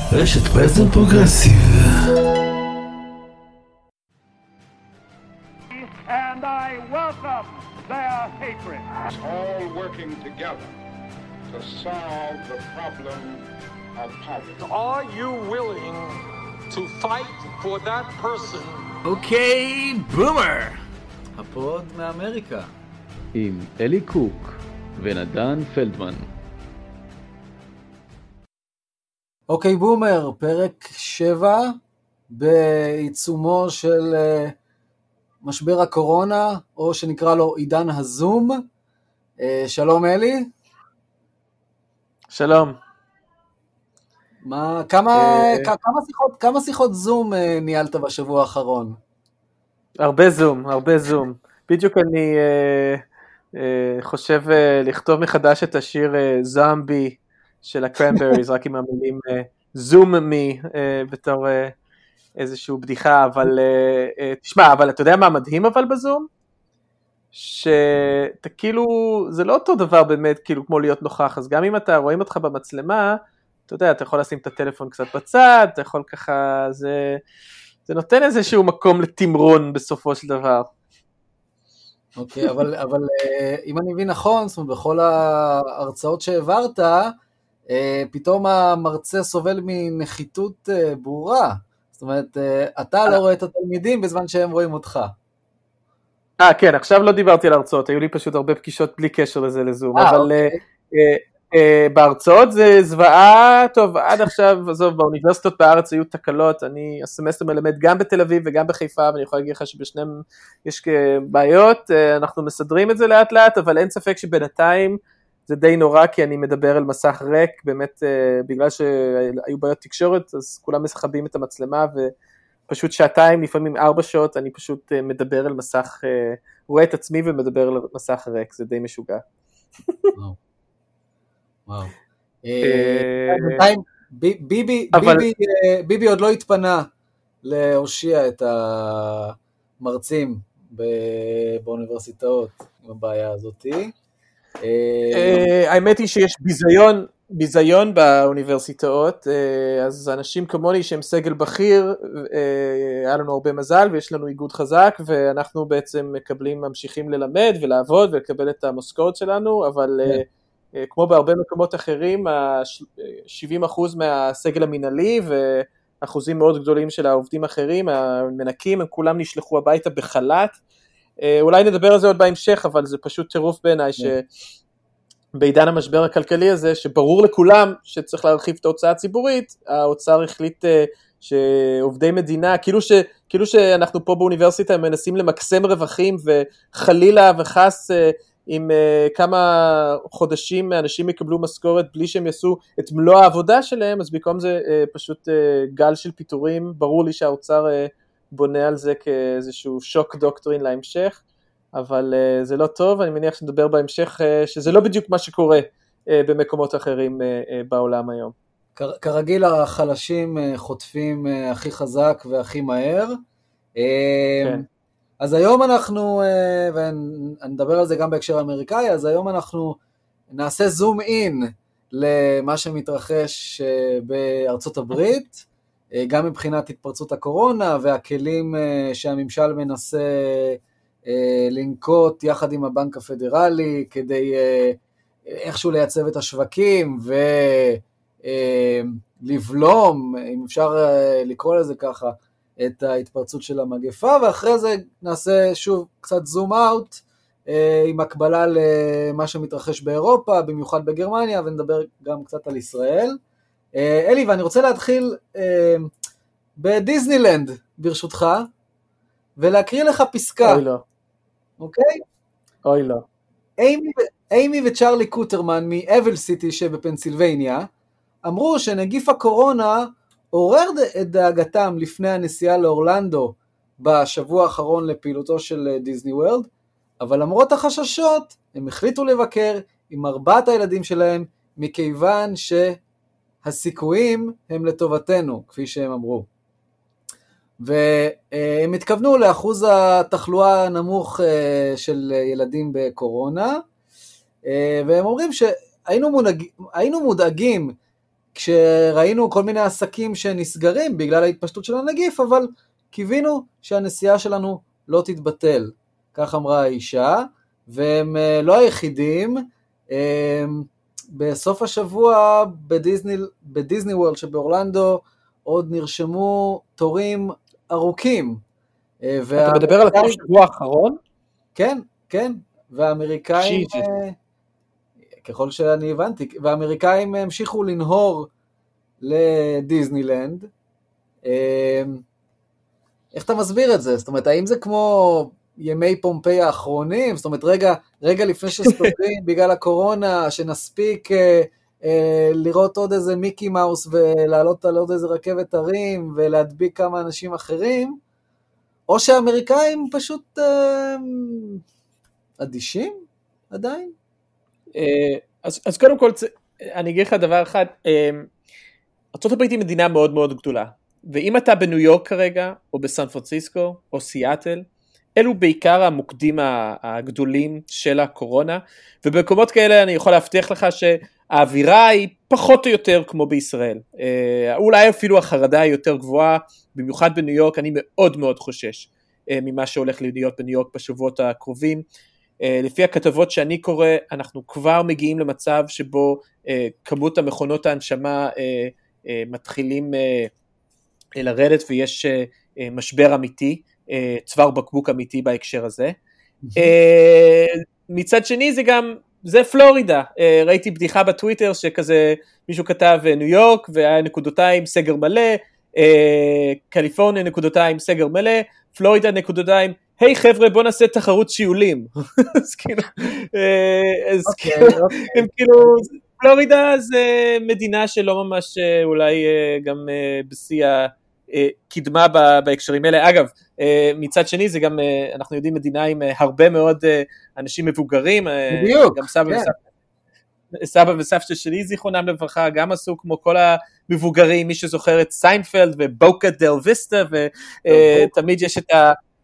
רשת פסל פרוגרסיב. And I welcome their hatred. All working together to solve the problem of poverty. Are you willing to fight for that person? אוקיי, בומר! הפוד מאמריקה. עם אלי קוק ונדן פלדמן. אוקיי בומר, פרק 7 בעיצומו של משבר הקורונה, או שנקרא לו עידן הזום. שלום אלי. שלום. כמה שיחות זום ניהלת בשבוע האחרון? הרבה זום. בדיוק אני חושב לכתוב מחדש את השיר זומבי של הקרנבריז, רק עם המילים זום מי בתור איזושהי בדיחה, אבל תשמע, אבל אתה יודע מה מדהים אבל בזום? שאתה כאילו, זה לא אותו דבר באמת כאילו כמו להיות נוכח, אז גם אם אתה רואים אותך במצלמה, אתה יודע, אתה יכול לשים את הטלפון קצת בצד, אתה יכול ככה, זה נותן איזשהו מקום לתמרון בסופו של דבר. אוקיי, אבל אם אני מבין נכון, זאת אומרת, בכל ההרצאות שהעברת, פתאום המרצה סובל מנחיתות ברורה. זאת אומרת, אתה לא רואה את התלמידים בזמן שהם רואים אותך. כן, עכשיו לא דיברתי על הרצאות, היו לי פשוט הרבה פגישות בלי קשר לזה לזום, אבל בהרצאות זה זוועה, טוב, עד עכשיו, עזוב, באוניברסיטות בארץ היו תקלות, אני הסמסטר מלמד גם בתל אביב וגם בחיפה, ואני יכול להגיד לך שבשניהם יש בעיות, אנחנו מסדרים את זה לאט לאט, אבל אין ספק שבינתיים זה די נורא, כי אני מדבר על מסך ריק, באמת בגלל שהיו בעיות תקשורת, אז כולם מסחבים את המצלמה, ופשוט שעתיים, לפעמים 4 שעות, אני פשוט מדבר על מסך, רואה את עצמי ומדבר על מסך ריק, זה די משוגע. וואו. ביבי עוד לא התפנה להושיע את המרצים באוניברסיטאות עם הבעיה הזאת. האמת היא שיש ביזיון באוניברסיטאות, אז אנשים כמוני שהם סגל בכיר, היה לנו הרבה מזל ויש לנו איגוד חזק, ואנחנו בעצם ממשיכים ללמד ולעבוד ולקבל את המשכורת שלנו, אבל כמו בהרבה מקומות אחרים, 70% מהסגל המנהלי ואחוזים מאוד גדולים של העובדים האחרים, המנקים, הם כולם נשלחו הביתה בחל"ת. אולי נדבר על זה עוד בהמשך, אבל זה פשוט טירוף בעיניי שבעידן המשבר הכלכלי הזה, שברור לכולם שצריך להרחיב את ההוצאה הציבורית, האוצר החליט שעובדי מדינה, כאילו שאנחנו פה באוניברסיטה מנסים למקסם רווחים, וחלילה וחס עם כמה חודשים אנשים יקבלו משכורת בלי שהם יעשו את מלוא העבודה שלהם, אז במקום זה פשוט גל של פיטורים. ברור לי שהאוצר בונה על זה כאיזשהו שוק דוקטרין להמשך, אבל זה לא טוב, אני מניח שנדבר בהמשך שזה לא בדיוק מה שקורה במקומות אחרים בעולם היום. כרגיל החלשים חוטפים הכי חזק והכי מהר. כן. אז היום אנחנו, ואני מדבר על זה גם בהקשר האמריקאי, אז היום אנחנו נעשה זום אין למה שמתרחש בארצות הברית, גם מבחינת התפרצות הקורונה והכלים שהממשל מנסה לנקוט יחד עם הבנק הפדרלי, כדי איכשהו לייצב את השווקים ולבלום, אם אפשר לקרוא לזה ככה, את ההתפרצות של המגפה, ואחרי זה נעשה שוב קצת זום אאוט, עם הקבלה למה שמתרחש באירופה, במיוחד בגרמניה, ונדבר גם קצת על ישראל. אלי, ואני רוצה להתחיל בדיסנילנד, ברשותך, ולהקריא לך פסקה. אוי לא. אוקיי? אוי לא. אימי וצ'רלי קוטרמן מאבל סיטי שבפנסילבניה, אמרו שנגיף הקורונה עורר את דאגתם לפני הנסיעה לאורלנדו בשבוע האחרון לפעילותו של דיסני וורלד, אבל למרות החששות הם החליטו לבקר עם 4 הילדים שלהם, מכיוון שהסיכויים הם לטובתנו, כפי שהם אמרו. והם התכוונו לאחוז התחלואה הנמוך של ילדים בקורונה, והם אומרים שהיינו מודאגים כשראינו כל מיני עסקים שנסגרים בגלל ההתפשטות של הנגיף, אבל קיווינו שהנסיעה שלנו לא תתבטל. כך אמרה האישה, והם לא היחידים. בסוף השבוע בדיסני וורלד שבאורלנדו עוד נרשמו תורים ארוכים. אתה מדבר על השבוע האחרון? כן, כן, והאמריקאים, ככל שאני הבנתי, והאמריקאים המשיכו לנהור לדיסנילנד. איך אתה מסביר את זה? זאת אומרת, האם זה כמו ימי פומפיי האחרונים? זאת אומרת, רגע לפני שסתובבים בגלל הקורונה, שנספיק לראות עוד איזה מיקי מאוס ולעלות על עוד איזה רכבת הרים ולהדביק כמה אנשים אחרים, או שהאמריקאים פשוט אדישים עדיין? אז קודם כל, אני אגיד לך דבר אחד, ארצות הברית היא מדינה מאוד מאוד גדולה, ואם אתה בניו יורק כרגע, או בסן פרנסיסקו, או סיאטל, אלו בעיקר המוקדים הגדולים של הקורונה, ובמקומות כאלה אני יכול להבטיח לך שהאווירה היא פחות או יותר כמו בישראל, אולי אפילו החרדה היא יותר גבוהה, במיוחד בניו יורק. אני מאוד מאוד חושש ממה שהולך להיות בניו יורק בשבועות הקרובים. לפי הכתבות שאני קורא, אנחנו כבר מגיעים למצב שבו כמות המכונות ההנשמה מתחילים לרדת, ויש משבר אמיתי, צוואר בקבוק אמיתי בהקשר הזה. מצד שני זה פלורידה. ראיתי בדיחה בטוויטר שכזה מישהו כתב ניו יורק והיה נקודותיים סגר מלא, קליפורניה נקודותיים סגר מלא, פלורידה נקודותיים היי חבר'ה בוא נעשה תחרות שיעולים. אז כאילו פלורידה זה מדינה שלא ממש אולי גם בשיא הקדמה בהקשרים האלה. אגב, מצד שני זה גם, אנחנו יודעים, מדינה עם הרבה מאוד אנשים מבוגרים, בדיוק, גם סבא וסבתא שלי זיכרונם לברכה גם עשו כמו כל המבוגרים, מי שזוכר את סיינפלד ובוקה דל ויסטה, ותמיד יש את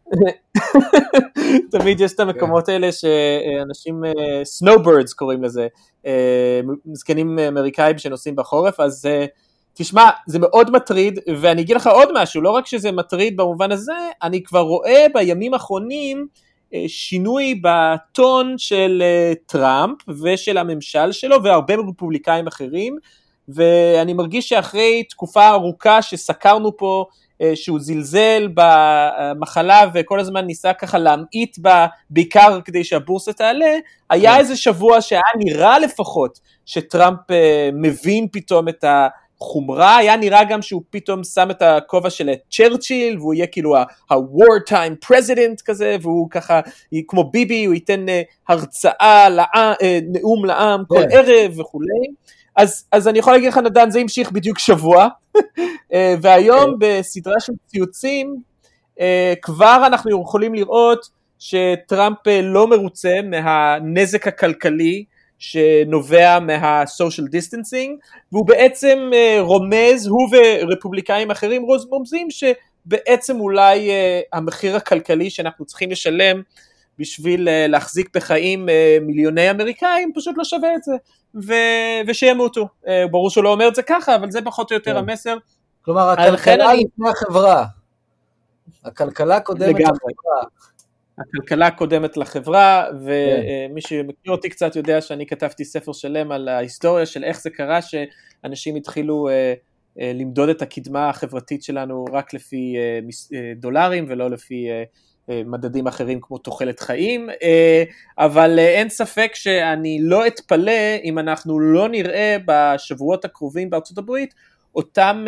תמיד יש את המקומות האלה שאנשים, סנואובירדס קוראים לזה, מזקנים אמריקאים שנוסעים בחורף. אז תשמע, זה מאוד מטריד, ואני אגיד לך עוד משהו, לא רק שזה מטריד במובן הזה, אני כבר רואה בימים האחרונים שינוי בטון של טראמפ ושל הממשל שלו והרבה רפובליקאים אחרים, ואני מרגיש שאחרי תקופה ארוכה שסקרנו פה שהוא זלזל במחלה וכל הזמן ניסה ככה להמעיט בה, בעיקר כדי שהבורסה תעלה, היה איזה שבוע שהיה נראה לפחות שטראמפ מבין פתאום את החומרה, היה נראה גם שהוא פתאום שם את הכובע של צ'רצ'יל, והוא יהיה כאילו ה-war time president כזה, והוא ככה, כמו ביבי, הוא ייתן הרצאה, נאום לעם כל ערב וכולי. אז אני יכול להגיד לך נדן, זה המשיך בדיוק שבוע, והיום בסדרה של ציוצים, כבר אנחנו יכולים לראות שטראמפ לא מרוצה מהנזק הכלכלי שנובע מה-social distancing, והוא בעצם רומז, הוא ורפובליקאים אחרים רומזים שבעצם אולי המחיר הכלכלי שאנחנו צריכים לשלם בשביל להחזיק בחיים מיליוני אמריקאים, פשוט לא שווה את זה, ושימותו. ברור שהוא לא אומר את זה ככה, אבל זה פחות או יותר המסר. כלומר, הכלכלה לפני החברה. הכלכלה קודמת לחברה. הכלכלה קודמת לחברה, ומי שמכיר אותי קצת יודע שאני כתבתי ספר שלם על ההיסטוריה של איך זה קרה, שאנשים התחילו למדוד את הקדמה החברתית שלנו רק לפי דולרים, ולא לפי מדדים אחרים כמו תוחלת חיים, אבל אין ספק שאני לא אתפלא אם אנחנו לא נראה בשבועות הקרובים בארצות הברית, אותם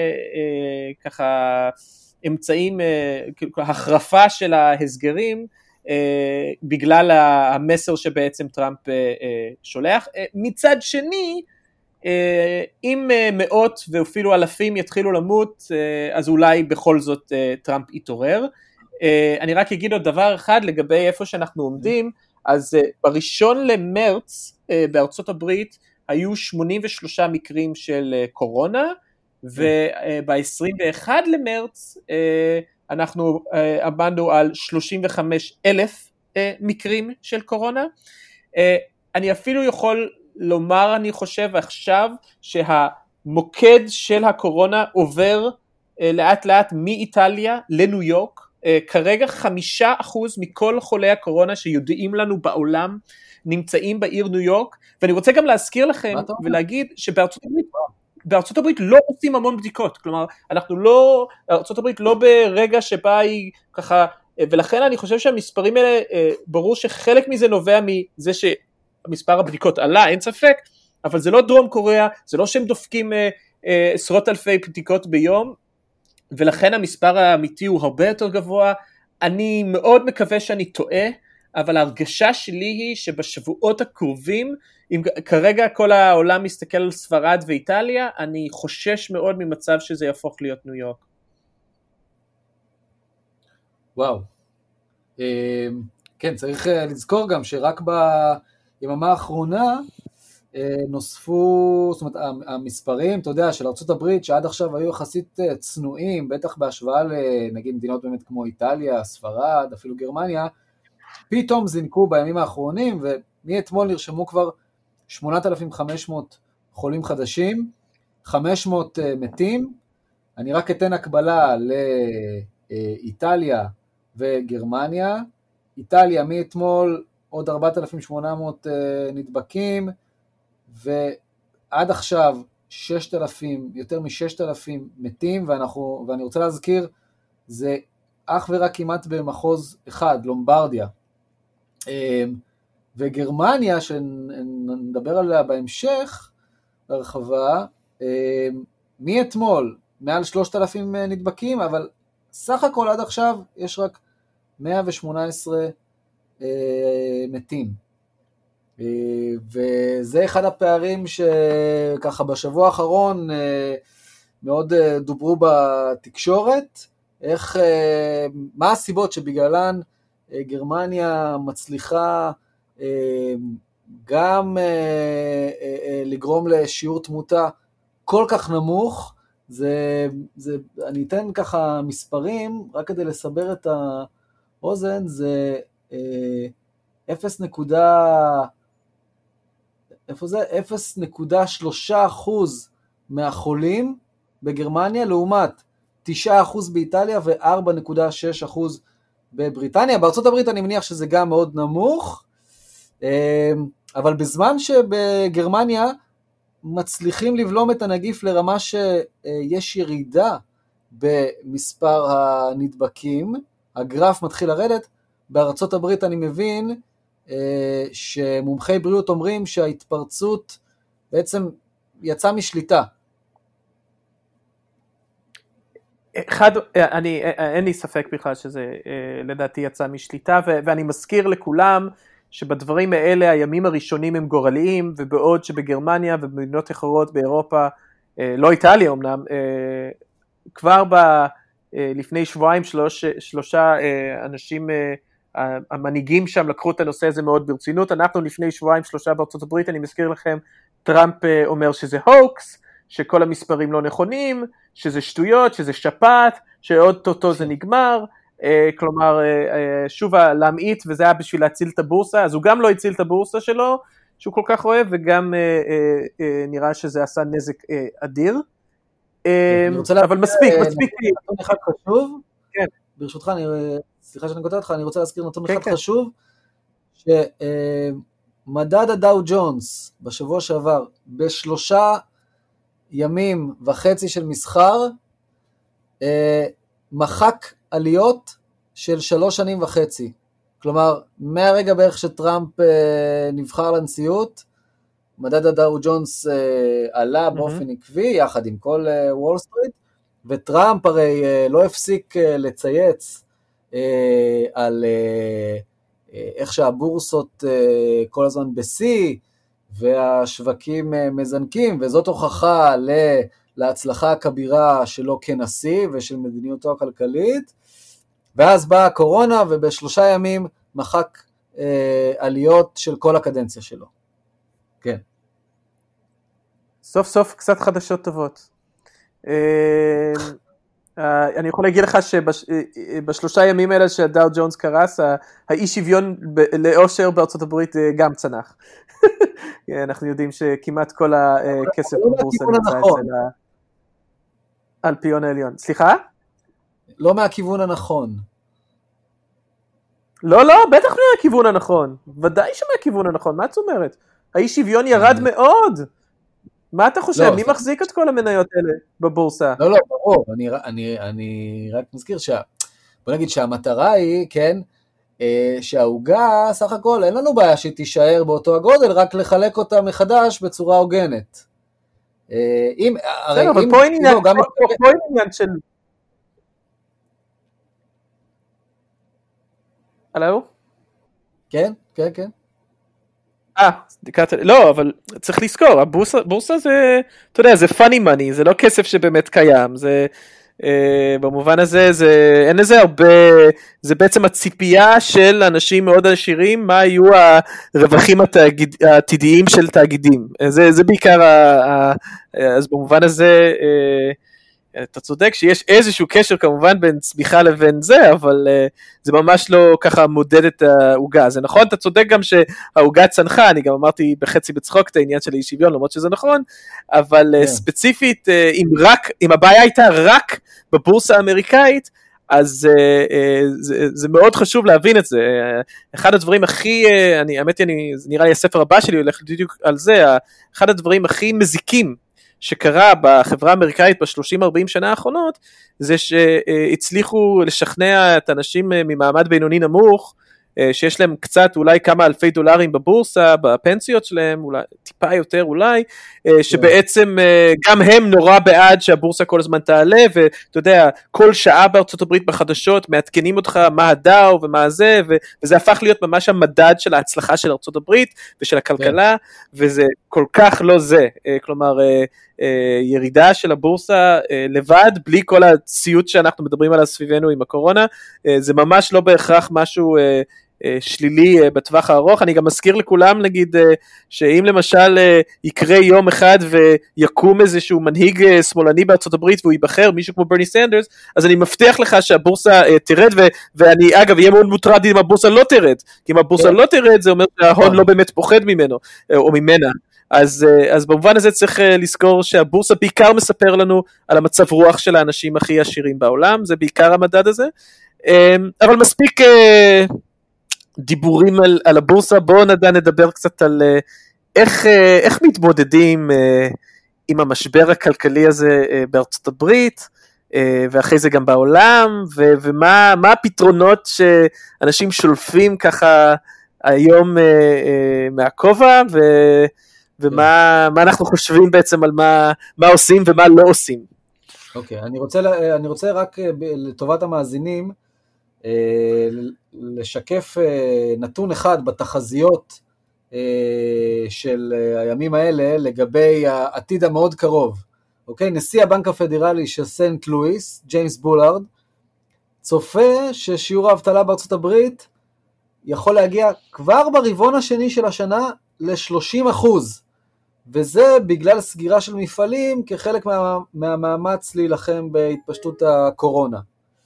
ככה אמצעים, החרפה של ההסגרים, בגלל המסר שבעצם טראמפ שולח. מצד שני, אם מאות ואפילו אלפים יתחילו למות, אז אולי בכל זאת טראמפ יתעורר. אני רק אגיד עוד דבר אחד לגבי איפה שאנחנו עומדים. אז בראשון למרץ בארצות הברית היו 83 מקרים של קורונה, וב-21 למרץ אנחנו עמדנו על 35,000 מקרים של קורונה. אני אפילו יכול לומר, אני חושב עכשיו, המוקד של הקורונה עובר לאט לאט מאיטליה לניו יורק, כרגע 5% מכל חולי הקורונה שיודעים לנו בעולם נמצאים בעיר ניו יורק, ואני רוצה גם להזכיר לכם ולהגיד שבארצות הברית לא עושים המון בדיקות, כלומר ארצות הברית לא ברגע שבה היא ככה, ולכן אני חושב שהמספרים האלה, ברור שחלק מזה נובע מזה שמספר הבדיקות עלה, אין ספק, אבל זה לא דרום קוריאה, זה לא שהם דופקים עשרות אלפי בדיקות ביום, ולכן המספר האמיתי הוא הרבה יותר גבוה. אני מאוד מקווה שאני טועה, אבל ההרגשה שלי היא שבשבועות הקרובים, אם כרגע כל העולם מסתכל על ספרד ואיטליה, אני חושש מאוד ממצב שזה יהפוך להיות ניו יורק. וואו. כן, צריך לזכור גם שרק ביממה האחרונה נוספו, זאת אומרת, המספרים, אתה יודע, של ארצות הברית, שעד עכשיו היו יחסית צנועים, בטח בהשוואה לנגיד מדינות באמת כמו איטליה, ספרד, אפילו גרמניה, פתאום זינקו בימים האחרונים, ומאתמול נרשמו כבר 8,500 חולים חדשים, 500 מתים. אני רק אתן הקבלה לאיטליה וגרמניה. איטליה מאתמול עוד 4,800 נדבקים, ועד עכשיו 6,000, יותר מ-6,000 מתים, ואני רוצה להזכיר, זה אך ורק כמעט במחוז אחד, לומברדיה. וגרמניה, שנדבר עליה בהמשך, הרחבה, מאתמול, מעל 3,000 נדבקים, אבל סך הכל עד עכשיו יש רק 118 מתים. וזה אחד הפערים שככה בשבוע האחרון מאוד דוברו בתקשורת, מה הסיבות שבגללן גרמניה מצליחה גם לגרום לשיעור תמותה כל כך נמוך. אני אתן ככה מספרים, רק כדי לסבר את האוזן, זה 0.3% מהחולים בגרמניה, לעומת 9% באיטליה ו4.6% בבריטניה. בארצות הברית אני מניח שזה גם מאוד נמוך, אבל בזמן שבגרמניה מצליחים לבלום את הנגיף לרמה שיש ירידה במספר הנדבקים, הגרף מתחיל לרדת. בארצות הברית אני מבין שמומחי בריאות אומרים שההתפרצות בעצם יצאה משליטה. אין לי ספק בכלל שזה לדעתי יצא משליטה, ואני מזכיר לכולם שבדברים האלה הימים הראשונים הם גורליים, ובעוד שבגרמניה ובמדינות אחרות באירופה, לא איטליה אמנם, כבר לפני שבועיים שלושה אנשים, המנהיגים שם לקחו את הנושא הזה מאוד ברצינות. אנחנו לפני שבועיים שלושה בארצות הברית, אני מזכיר לכם, טראמפ אומר שזה הוקס, שכל המספרים לא נכונים, שזה שטויות, שזה שפעת, שעוד טוטו זה נגמר, כלומר שוב להמעיט, וזה היה בשביל להציל את הבורסה, אז הוא גם לא הציל את הבורסה שלו, שהוא כל כך אוהב, וגם נראה שזה עשה נזק אדיר. אבל מספיק. נתון אחד חשוב, ברשותך, סליחה שאני קוטע אותך, אני רוצה להזכיר נתון אחד חשוב, שמדד הדאו ג'ונס בשבוע שעבר, ב3.5 ימים של מסחר, מחק עליות של 3.5 שנים. כלומר, מהרגע בערך שטראמפ נבחר לנשיאות, מדד הדאו ג'ונס עלה באופן עקבי, יחד עם כל וול סטריט, וטראמפ הרי לא הפסיק לצייץ על איך שהבורסות כל הזמן בסי, והשווקים מזנקים, וזאת הוכחה להצלחה הכבירה שלו כנשיא ושל מדיניותו הכלכלית. ואז באה הקורונה, וב3 ימים מחק עליות של כל הקדנציה שלו. כן. סוף סוף קצת חדשות טובות. אני יכול להגיד לך שב3 ימים האלה שהדאו ג'ונס קרס, האי שוויון לאושר בארצות הברית גם צנח. אנחנו יודעים שכמעט כל הכסף בבורסה נמצא אצל האלפיון העליון. סליחה? לא מהכיוון הנכון. לא, בטח לא מהכיוון הנכון. ודאי שמהכיוון הנכון, מה את אומרת? האי שוויון ירד מאוד. מה אתה חושב? מי מחזיק את כל המניות האלה בבורסה? לא, ברור. אני רק מזכיר בוא נגיד שהמטרה היא, כן, שההוגה, סך הכל, אין לנו בעיה שהיא תישאר באותו הגודל, רק לחלק אותה מחדש בצורה הוגנת. אבל פה אין עניין של... הלו? כן. לא, אבל צריך לזכור, הבורסה זה, אתה יודע, זה funny money, זה לא כסף שבאמת קיים, זה, במובן הזה, אין לזה הרבה, זה בעצם הציפייה של אנשים מאוד עשירים, מה יהיו הרווחים העתידיים של תאגידים, זה בעיקר, אז במובן הזה, אתה צודק שיש איזשהו קשר כמובן בין צמיחה לבין זה, אבל זה ממש לא ככה מודד את ההוגה. זה נכון, אתה צודק גם שההוגה צנחה, אני גם אמרתי בחצי בצחוק את העניין של אי שוויון, למרות שזה נכון, אבל ספציפית, אם הבעיה הייתה רק בבורסה האמריקאית, אז זה מאוד חשוב להבין את זה. אחד הדברים הכי, האמת היא, נראה לי הספר הבא שלי הולך בדיוק על זה, אחד הדברים הכי מזיקים, שקרה בחברה האמריקאית ב-30-40 שנה האחרונות, זה שהצליחו לשכנע את האנשים ממעמד בינוני נמוך, שיש להם קצת אולי כמה אלפי דולרים בבורסה, בפנסיות שלהם, אולי, טיפה יותר אולי, שבעצם גם הם נורא בעד שהבורסה כל הזמן תעלה, ואתה יודע, כל שעה בארצות הברית בחדשות, מעדכנים אותך מה הדאו ומה זה, וזה הפך להיות ממש המדד של ההצלחה של ארצות הברית, ושל הכלכלה, וזה כל כך לא זה, כלומר, ירידה של הבורסה לבד, בלי כל הציוט שאנחנו מדברים עליו סביבנו עם הקורונה, זה ממש לא בהכרח משהו שלילי בטווח הארוך. אני גם מזכיר לכולם, נגיד, שאם למשל יקרה יום אחד ויקום איזשהו מנהיג שמאלני בארצות הברית והוא ייבחר, מישהו כמו ברני סנדרס, אז אני מבטיח לך שהבורסה תרד, ואני אגב אהיה מאוד מוטרד אם הבורסה לא תרד, כי אם הבורסה לא תרד זה אומר שההון לא באמת פוחד ממנו או ממנה. אז במובן הזה צריך לזכור שהבורסה בעיקר מספר לנו על המצב רוח של האנשים הכי עשירים בעולם, זה בעיקר המדד הזה, אבל מספיק דיבורים על הבורסה. בואו נדבר קצת על איך מתמודדים עם המשבר הכלכלי הזה בארצות הברית, ואחרי זה גם בעולם, ומה הפתרונות שאנשים שולפים ככה היום מהכובע, ומה אנחנו חושבים בעצם על מה עושים ומה לא עושים. אוקיי, אני רוצה רק לטובת המאזינים, לשקף נתון אחד בתחזיות של הימים האלה, לגבי העתיד המאוד קרוב. אוקיי, נשיא הבנק הפדרלי של סנט לואיס, ג'יימס בולארד, צופה ששיעור האבטלה בארצות הברית יכול להגיע כבר ברבעון השני של השנה ל-30%, וזה בגלל סגירה של מפעלים כחלק מהמאמץ להילחם בהתפשטות הקורונה.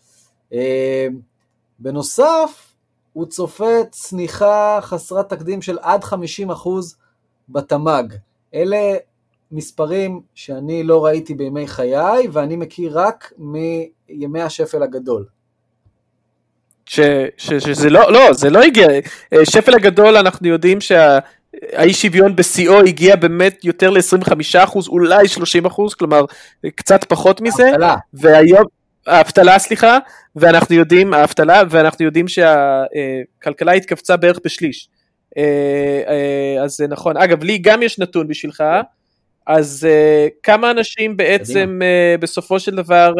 בנוסף, הוא צופה צניחה חסרת תקדים של עד 50% בתמ"ג. אלה מספרים שאני לא ראיתי בימי חיי, ואני מכיר רק מימי השפל הגדול. שזה לא, זה לא הגיע. שפל הגדול, אנחנו יודעים האי שוויון בשיאו הגיע באמת יותר ל-25%, אולי 30%, כלומר קצת פחות מזה, והיום, האבטלה, סליחה, ואנחנו יודעים שהכלכלה התכווצה בערך בשליש. אז זה נכון. אגב, לי גם יש נתון בשבילך, אז כמה אנשים בעצם בסופו של דבר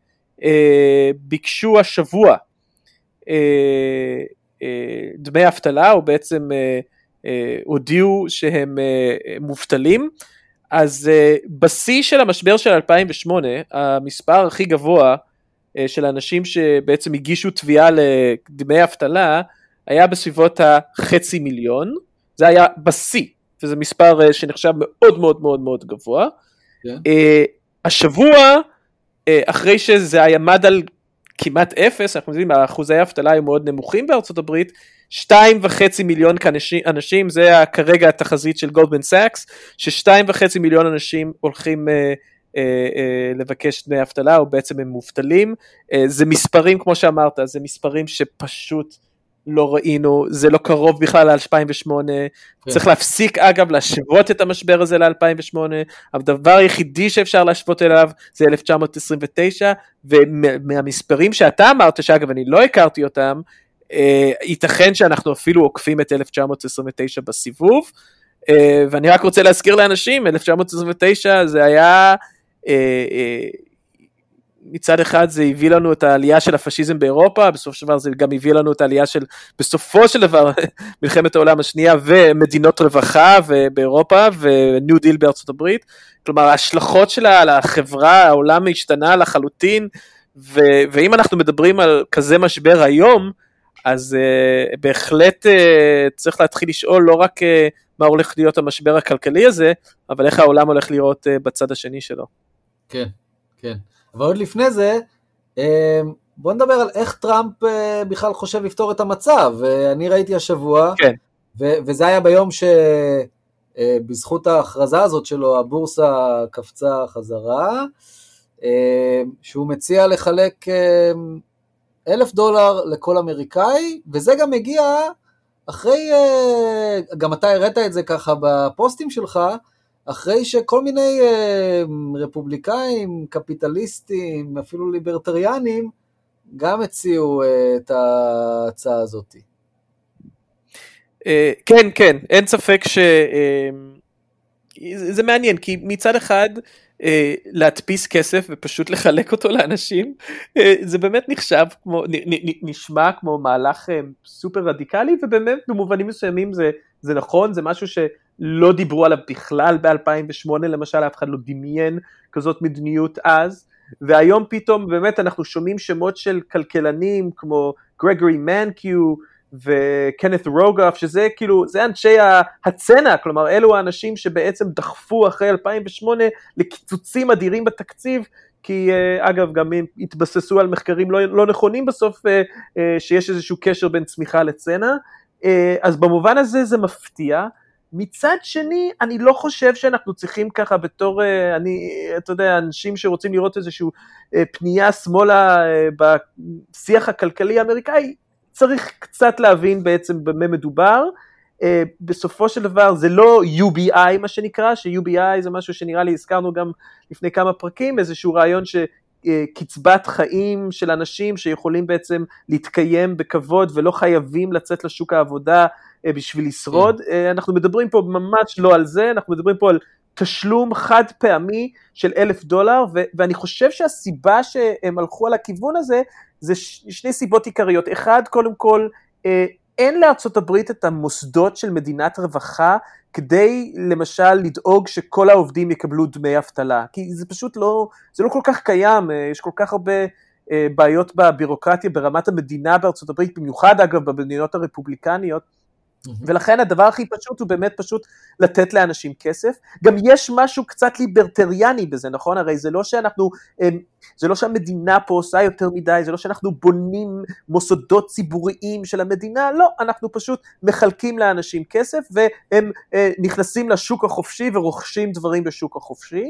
ביקשו השבוע דמי אבטלה, או בעצם הודיעו שהם מובטלים. אז בשיא של המשבר של 2008, המספר הכי גבוה של האנשים שבעצם הגישו תביעה לדמי אבטלה, היה בסביבות 500,000, זה היה בשיא, וזה מספר שנחשב מאוד מאוד מאוד מאוד גבוה. השבוע, אחרי שזה היה עמד על כמעט 0, אנחנו יודעים, האחוזי האבטלה היו מאוד נמוכים בארצות הברית, 2.5 מיליון אנשים, זה כרגע התחזית של גולדמן סאקס, ש2.5 מיליון אנשים הולכים לבקש דמי אבטלה, או בעצם הם מובטלים. זה מספרים, כמו שאמרת, זה מספרים שפשוט לא ראינו, זה לא קרוב בכלל ל-2008, צריך להפסיק אגב להשוות את המשבר הזה ל-2008, הדבר היחידי שאפשר להשוות אליו זה 1929, ומהמספרים שאתה אמרת, שאגב אני לא הכרתי אותם, ייתכן שאנחנו אפילו עוקפים את 1929 בסיבוב, ואני רק רוצה להזכיר לאנשים, 1929 זה היה, מצד אחד זה הביא לנו את העלייה של הפשיזם באירופה, בסופו של דבר זה גם הביא לנו את העלייה של, בסופו של דבר, מלחמת העולם השנייה, ומדינות רווחה באירופה, וניו דיל בארצות הברית, כלומר ההשלכות שלה על החברה, העולם השתנה לחלוטין, ואם אנחנו מדברים על כזה משבר היום, אז בהחלט צריך להתחיל לשאול לא רק מה הולך להיות המשבר הכלכלי הזה, אבל איך העולם הולך להיות בצד השני שלו. כן, כן. אבל עוד לפני זה, בוא נדבר על איך טראמפ בכלל חושב לפתור את המצב. אני ראיתי השבוע, כן. וזה היה ביום שבזכות ההכרזה הזאת שלו, הבורסה קפצה חזרה, שהוא מציע לחלק $1,000 לכל אמריקאי, וזה גם מגיע אחרי, גם אתה הראת את זה ככה בפוסטים שלך, אחרי שכל מיני רפובליקאים, קפיטליסטים, אפילו ליברטריאנים, גם הציעו את ההצעה הזאת. כן, כן, אין ספק זה מעניין, כי מצד אחד, להדפיס כסף ופשוט לחלק אותו לאנשים, זה באמת נשמע כמו מהלך סופר רדיקלי, ובאמת במובנים מסוימים זה נכון, זה משהו שלא דיברו עליו בכלל ב-2008, למשל אף אחד לא דמיין כזאת מדיניות אז, והיום פתאום באמת אנחנו שומעים שמות של כלכלנים כמו גרגורי מנקיו, וקנת רוגף, שזה כאילו, זה אנשי הצנע, כלומר אלו האנשים שבעצם דחפו אחרי 2008 לקיצוצים אדירים בתקציב, כי אגב גם הם התבססו על מחקרים לא נכונים בסוף, שיש איזשהו קשר בין צמיחה לצנע, אז במובן הזה זה מפתיע. מצד שני, אני לא חושב שאנחנו צריכים ככה בתור, אתה יודע, אנשים שרוצים לראות איזשהו פנייה שמאלה בשיח הכלכלי האמריקאי, צריך קצת להבין בעצם במה מדובר. בסופו של דבר זה לא UBI מה שנקרא, ש-UBI זה משהו שנראה לי הזכרנו גם לפני כמה פרקים, איזשהו רעיון שקצבת חיים של אנשים שיכולים בעצם להתקיים בכבוד ולא חייבים לצאת לשוק העבודה בשביל לשרוד. אנחנו מדברים פה ממש לא על זה, אנחנו מדברים פה על תשלום חד פעמי של $1,000, ואני חושב שהסיבה שהם הלכו על הכיוון הזה, זה שני סיבות עיקריות. אחד, קודם כל, אין לארצות הברית את המוסדות של מדינת רווחה, כדי למשל לדאוג שכל העובדים יקבלו דמי אבטלה, כי זה פשוט לא, זה לא כל כך קיים, יש כל כך הרבה בעיות בבירוקרטיה ברמת המדינה בארצות הברית, במיוחד אגב במדינות הרפובליקניות, ולכן הדבר הכי פשוט הוא באמת פשוט לתת לאנשים כסף. גם יש משהו קצת ליברטריאני בזה, נכון? הרי זה לא שאנחנו, זה לא שהמדינה פה עושה יותר מדי, זה לא שאנחנו בונים מוסדות ציבוריים של המדינה, לא, אנחנו פשוט מחלקים לאנשים כסף, והם נכנסים לשוק החופשי ורוכשים דברים בשוק החופשי,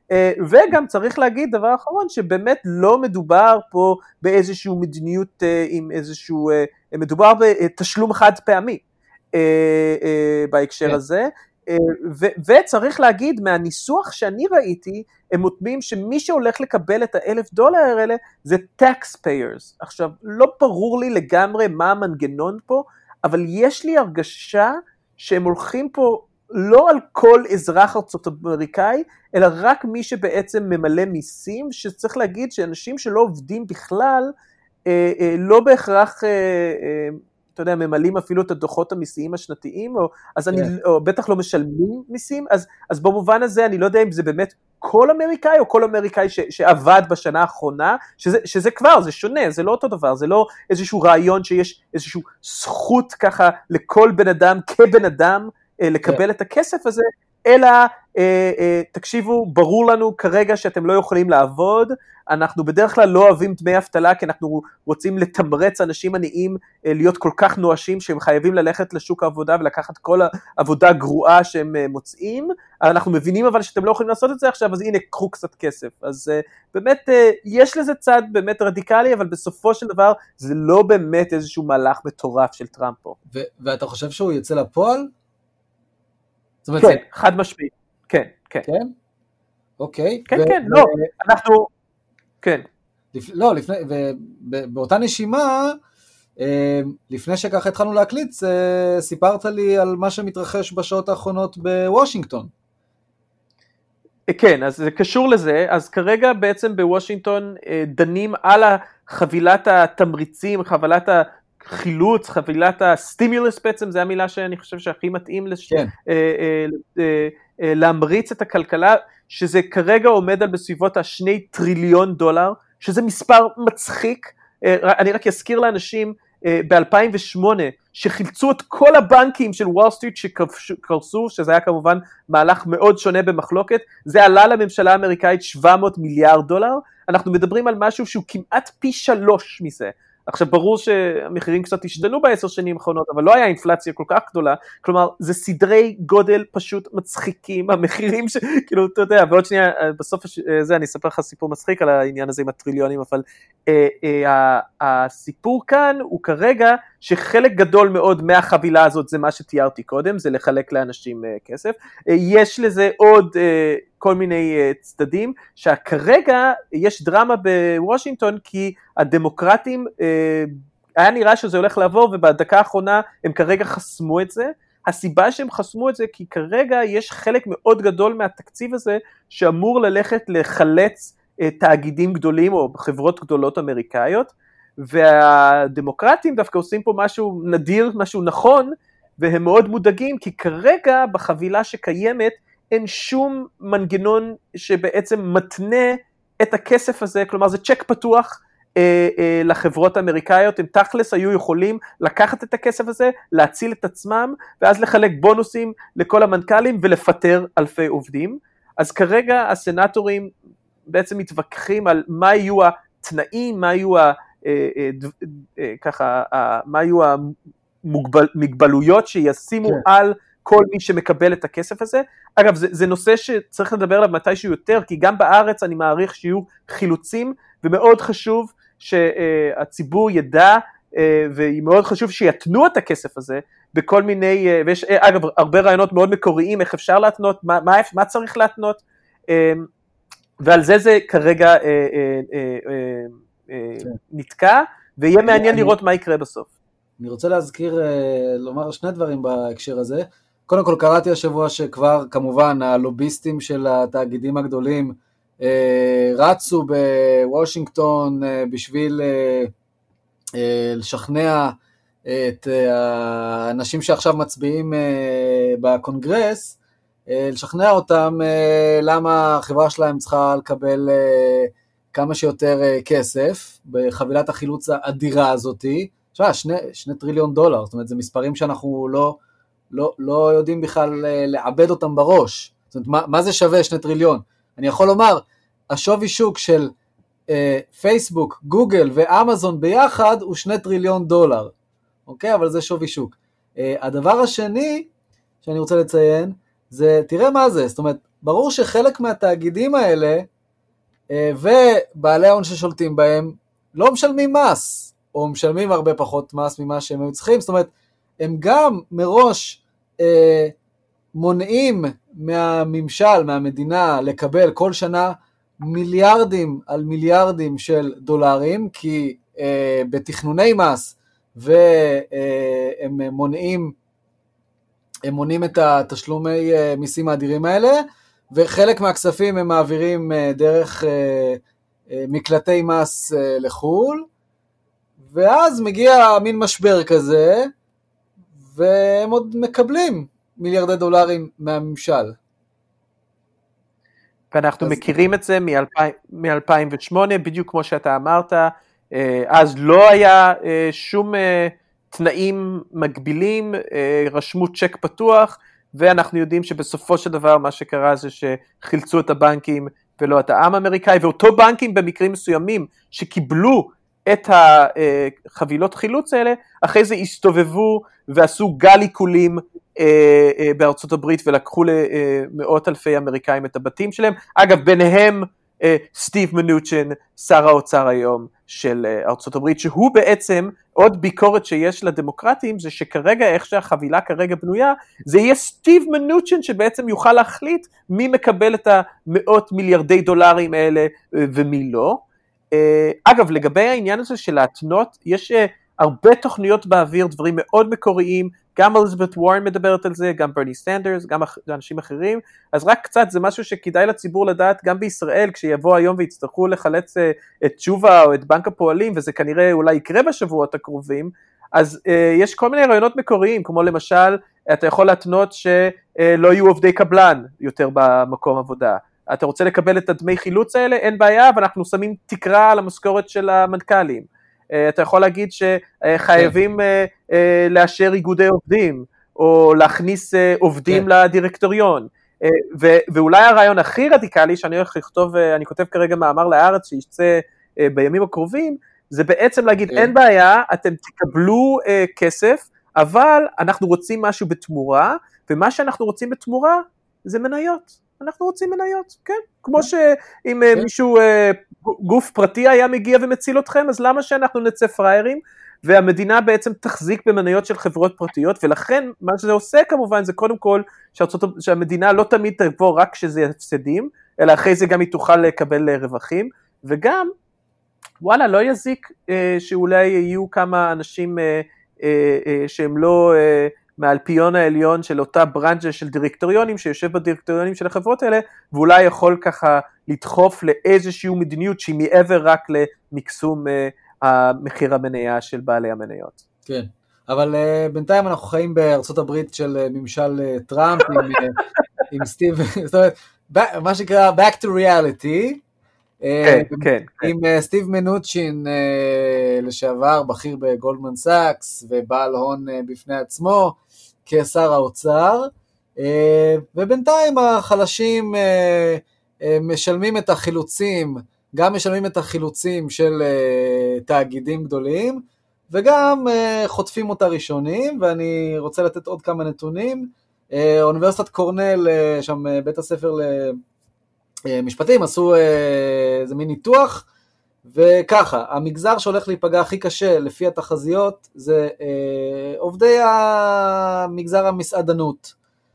וגם צריך להגיד דבר אחרון, שבאמת לא מדובר פה באיזשהו מדיניות עם איזשהו, מדובר בתשלום חד פעמי, בהקשר הזה, וצריך להגיד מהניסוח שאני ראיתי, הם מוטבים שמי שהולך לקבל את $1,000 האלה זה taxpayers. עכשיו לא ברור לי לגמרי מה המנגנון פה, אבל יש לי הרגשה שהם הולכים פה לא על כל אזרח ארצות אמריקאי, אלא רק מי שבעצם ממלא מיסים, שצריך להגיד שאנשים שלא עובדים בכלל, לא בהכרח אתה יודע, ממלאים אפילו את הדוחות המיסיים השנתיים, או בטח לא משלמים מיסים, אז במובן הזה אני לא יודע אם זה באמת כל אמריקאי, או כל אמריקאי שעבד בשנה האחרונה, שזה כבר, זה שונה, זה לא אותו דבר, זה לא איזשהו רעיון שיש איזשהו זכות ככה לכל בן אדם, כבן אדם, לקבל את הכסף הזה, אלא תקשיבו, ברור לנו כרגע שאתם לא יכולים לעבוד, אנחנו בדרך כלל לא אוהבים דמי אבטלה, כי אנחנו רוצים לתמרץ אנשים עניים להיות כל כך נואשים, שהם חייבים ללכת לשוק העבודה ולקחת כל העבודה גרועה שהם מוצאים, אנחנו מבינים אבל שאתם לא יכולים לעשות את זה עכשיו, אז הנה קחו קצת כסף, אז באמת יש לזה צד באמת רדיקלי, אבל בסופו של דבר זה לא באמת איזשהו מהלך מטורף של טראמפ פה. ואתה חושב שהוא יצא לפועל? כן, חד משמעית, כן. כן? אוקיי. כן, לא, אנחנו, כן. לא, באותה נשימה, לפני שככה התחלנו להקליט, סיפרת לי על מה שמתרחש בשעות האחרונות בוושינגטון. כן, אז זה קשור לזה, אז כרגע בעצם בוושינגטון דנים על חבילת התמריצים, חבילת החילוץ, חבילת הסטימולוס בעצם, זה המילה שאני חושב שהכי מתאים להמריץ את הכלכלה, שזה כרגע עומד על בסביבות $2 טריליון, שזה מספר מצחיק. אני רק אזכיר לאנשים, ב-2008, שחילצו את כל הבנקים של וול סטריט שקרסו, שזה היה כמובן מהלך מאוד שונה במחלוקת, זה עלה לממשלה האמריקאית $700 מיליארד, אנחנו מדברים על משהו שהוא כמעט פי 3 מזה. עכשיו ברור שהמחירים קצת השתנו ב10 שנים האחרונות, אבל לא היה אינפלציה כל כך גדולה, כלומר זה סדרי גודל פשוט מצחיקים, המחירים כאילו אתה יודע, ועוד שנייה בסוף זה אני אספר לך סיפור מצחיק על העניין הזה עם הטריליונים, אבל הסיפור כאן הוא כרגע שחלק גדול מאוד מהחבילה הזאת זה מה שתיארתי קודם, זה לחלק לאנשים כסף, יש לזה עוד כל מיני צדדים, שכרגע יש דרמה בוושינגטון, כי הדמוקרטים, היה נראה שזה הולך לעבור, ובדקה האחרונה הם כרגע חסמו את זה. הסיבה שהם חסמו את זה, כי כרגע יש חלק מאוד גדול מהתקציב הזה, שאמור ללכת לחלץ תאגידים גדולים, או חברות גדולות אמריקאיות, והדמוקרטים דווקא עושים פה משהו נדיר, משהו נכון, והם מאוד מודאגים, כי כרגע בחבילה שקיימת, אין שום מנגנון שבעצם מתנה את הכסף הזה, כלומר זה צ'ק פתוח לחברות האמריקאיות, הם תכלס היו יכולים לקחת את הכסף הזה, להציל את עצמם, ואז לחלק בונוסים לכל המנכ"לים ולפטר אלפי עובדים. אז כרגע הסנטורים בעצם מתווכחים על מה יהיו התנאים, מה יהיו המגבלויות שישימו על כל מי שמקבל את הכסף הזה. אגב, זה נושא שצריך לדבר עליו מתישהו יותר, כי גם בארץ אני מעריך שיהיו חילוצים, ומאוד חשוב שהציבור ידע, ומאוד חשוב שיתנו את הכסף הזה, בכל מיני, ויש אגב הרבה רעיונות מאוד מקוריים, איך אפשר להתנות, מה צריך להתנות, ועל זה כרגע נתקע, ויהיה מעניין לראות מה יקרה בסוף. אני רוצה לומר שני דברים בהקשר הזה. קודם כל קראתי השבוע שכבר כמובן הלוביסטים של התאגידים הגדולים רצו בוושינגטון בשביל לשכנע את האנשים שעכשיו מצביעים בקונגרס, לשכנע אותם למה החברה שלהם צריכה לקבל כמה שיותר כסף בחבילת החילוץ האדירה הזאתי. $2 טריליון, זאת אומרת, זה מספרים שאנחנו לא יודעים בכלל לעבד אותם בראש. זאת אומרת, מה זה שווה 2 טריליון? אני יכול לומר, השווי שוק של פייסבוק, גוגל ואמזון ביחד הוא $2 טריליון, אוקיי? אבל זה שווי שוק. הדבר השני שאני רוצה לציין, זה, תראה מה זה, זאת אומרת, ברור שחלק מהתאגידים האלה, ובעלי ההון ששולטים בהם, לא משלמים מס, או משלמים הרבה פחות מס ממה שהם היו צריכים, זאת אומרת, הם גם מראש מונעים מהממשל, מהמדינה, לקבל כל שנה מיליארדים על מיליארדים של דולרים, כי בתכנוני מס, והם מונעים את התשלומי מיסים האדירים האלה, וחלק מהכספים הם מעבירים דרך מקלטי מס לחול, ואז מגיע מין משבר כזה, והם עוד מקבלים מיליארדי דולרים מהממשל. ואנחנו מכירים את זה מ-2008, בדיוק כמו שאתה אמרת, אז לא היה שום תנאים מגבילים, רשמו צ'ק פתוח, ואנחנו יודעים שבסופו של דבר מה שקרה זה שחילצו את הבנקים ולא את העם האמריקאי, ואותו בנקים במקרים מסוימים שקיבלו את החבילות חילוץ האלה, אחרי זה הסתובבו ועשו גל עיקולים בארצות הברית, ולקחו למאות אלפי אמריקאים את הבתים שלהם, אגב ביניהם סטיב מנוצ'ן, שר האוצר היום של ארצות הברית, שהוא בעצם עוד ביקורת שיש לדמוקרטים, זה שכרגע איך שהחבילה כרגע בנויה, זה יהיה סטיב מנוצ'ן שבעצם יוכל להחליט מי מקבל את המאות מיליארדי דולרים האלה ומי לא. אגב, לגבי העניין הזה של להתנות, יש הרבה תוכניות באוויר, דברים מאוד מקוריים, גם אליזבת וורן מדברת על זה, גם ברני סנדרס, גם אנשים אחרים, אז רק קצת, זה משהו שכדאי לציבור לדעת, גם בישראל, כשיבוא היום ויצטרכו לחלץ את תשובה או את בנק הפועלים, וזה כנראה אולי יקרה בשבועות הקרובים, אז יש כל מיני רעיונות מקוריים, כמו למשל, אתה יכול להתנות שלא יהיו עובדי קבלן יותר במקום עבודה, אתה רוצה לקבל את הדמי חילוץ האלה, אין בעיה, ואנחנו שמים תקרה על המשכורת של המנכ"לים, אתה יכול להגיד שחייבים לאשר איגודי עובדים, או להכניס עובדים לדירקטוריון, ואולי הרעיון הכי רדיקלי, שאני הולך לכתוב, אני כותב כרגע מאמר לארץ, שיצא בימים הקרובים, זה בעצם להגיד, אין בעיה, אתם תקבלו כסף, אבל אנחנו רוצים משהו בתמורה, ומה שאנחנו רוצים בתמורה, זה מניות. אנחנו רוצים מניות, כן? כמו שאם מישהו, גוף פרטי היה מגיע ומציל אתכם, אז למה שאנחנו נצא פריירים, והמדינה בעצם תחזיק במניות של חברות פרטיות, ולכן מה שזה עושה כמובן, זה קודם כל שהמדינה לא תמיד תבוא רק כשזה הפסדים, אלא אחרי זה גם היא תוכל לקבל רווחים, וגם, וואלה, לא יזיק שאולי יהיו כמה אנשים שהם לא מהאלפיון העליון של אותה ברנג'ה של דירקטוריונים, שיושב בדירקטוריונים של החברות האלה, ואולי יכול ככה לדחוף לאיזשהו מדיניות שהיא מעבר רק למקסום המחיר המניה של בעלי המניות. כן, אבל בינתיים אנחנו חיים בארצות הברית של ממשל טראמפ עם סטיב, זאת אומרת, מה שקרה back to reality, עם סטיב מנוצ'ין לשעבר, בכיר בגולדמן סאקס, ובעל הון בפני עצמו, כשר האוצר, ובינתיים החלשים משלמים את החילוצים, גם משלמים את החילוצים של תאגידים גדולים, וגם חוטפים אותה ראשונים, ואני רוצה לתת עוד כמה נתונים. אוניברסיטת קורנל, שם בית הספר למשפטים, עשו איזה מין ניתוח, וככה, המגזר שהולך להיפגע הכי קשה לפי התחזיות, זה עובדי המגזר המסעדנות,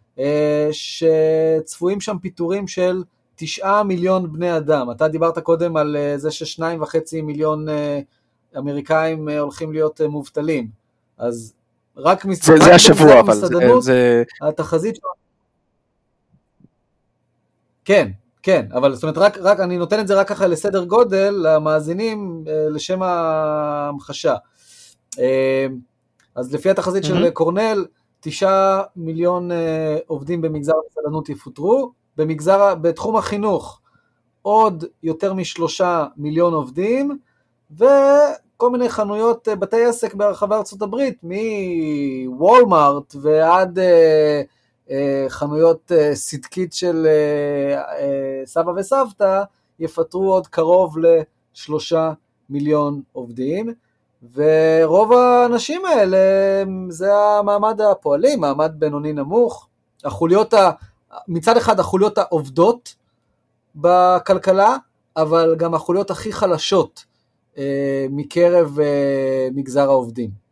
שצפויים שם פיטורים של 9 מיליון בני אדם. אתה דיברת קודם על זה ש2.5 מיליון אמריקאים הולכים להיות מובטלים, אז רק זה השבוע, אבל זה התחזית שלו. כן, אבל זאת אומרת, רק אני נותן את זה רק ככה לסדר גודל, למאזינים, לשם ההמחשה. אז לפי התחזית של קורנל, 9 מיליון עובדים במגזר המסעדנות יפוטרו, בתחום החינוך, עוד יותר מ3 מיליון עובדים, וכל מיני חנויות בתי עסק ברחבי ארצות הברית, מוולמארט ועד חנויות סדקית של סבא וסבתא, יפטרו עוד קרוב ל3 מיליון עובדים, ורוב האנשים האלה זה המעמד הפועלים, מעמד בינוני נמוך, מצד אחד החוליות העובדות בכלכלה, אבל גם החוליות הכי חלשות מקרב מגזר העובדים.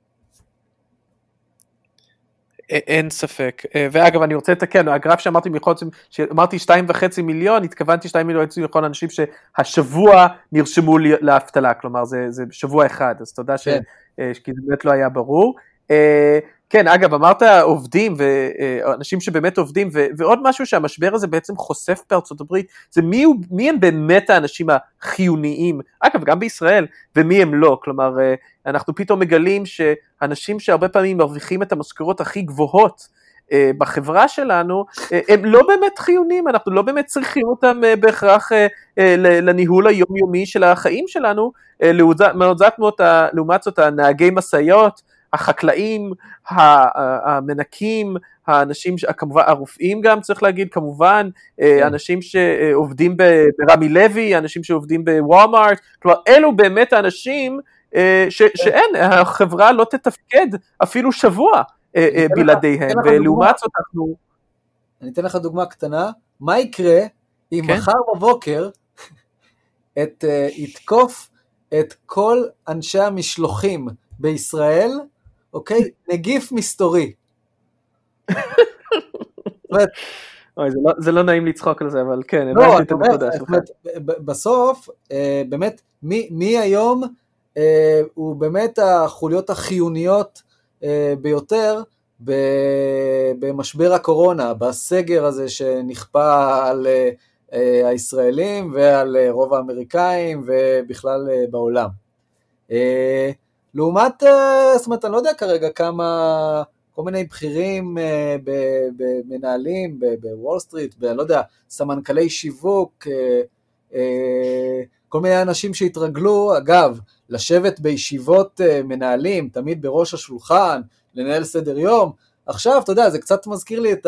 אין ספק, ואגב אני רוצה לתקן, הגרף שאמרתי שאמרתי 2.5 מיליון, התכוונתי 2.5 מיליון אנשים שהשבוע נרשמו לאבטלה, כלומר זה שבוע אחד, אז תודה כי זה באמת לא היה ברור. כן, אגב, אמרת עובדים, ואנשים שבאמת עובדים, ועוד משהו שהמשבר הזה בעצם חושף בארצות הברית, זה מי הם באמת האנשים החיוניים, אגב, גם בישראל, ומי הם לא, כלומר, אנחנו פתאום מגלים שאנשים שהרבה פעמים מרוויחים את המשכורות הכי גבוהות בחברה שלנו, הם לא באמת חיוניים, אנחנו לא באמת צריכים אותם בהכרח לניהול היומיומי של החיים שלנו, לעומת זאת הנהגי מסעיות, החקלאים, המנקים, האנשים, כמובן הרופאים גם צריך להגיד, כמובן, אנשים שעובדים ברמי לוי, אנשים שעובדים בוולמארט, כלומר אלו באמת האנשים שאין, החברה לא תתפקד אפילו שבוע בלעדיהם, ולעומת זאת אנחנו... אני אתן לך דוגמה קטנה, מה יקרה אם מחר בבוקר יתקוף את כל אנשי המשלוחים בישראל, אוקיי? נגיף מסתורי. זה לא נעים לצחוק על זה, אבל כן, הבנתי את הנקודה שלך. בסוף, באמת, מי היום הוא באמת החוליות החיוניות ביותר במשבר הקורונה, בסגר הזה שנכפה על הישראלים ועל רוב האמריקאים ובכלל בעולם. לעומת, זאת אומרת, אני לא יודע כרגע כמה, כל מיני בכירים במנהלים בוול סטריט, אני לא יודע, סמנכלי שיווק, כל מיני אנשים שהתרגלו, אגב, לשבת בישיבות מנהלים, תמיד בראש השולחן, לנהל סדר יום. עכשיו, אתה יודע, זה קצת מזכיר לי את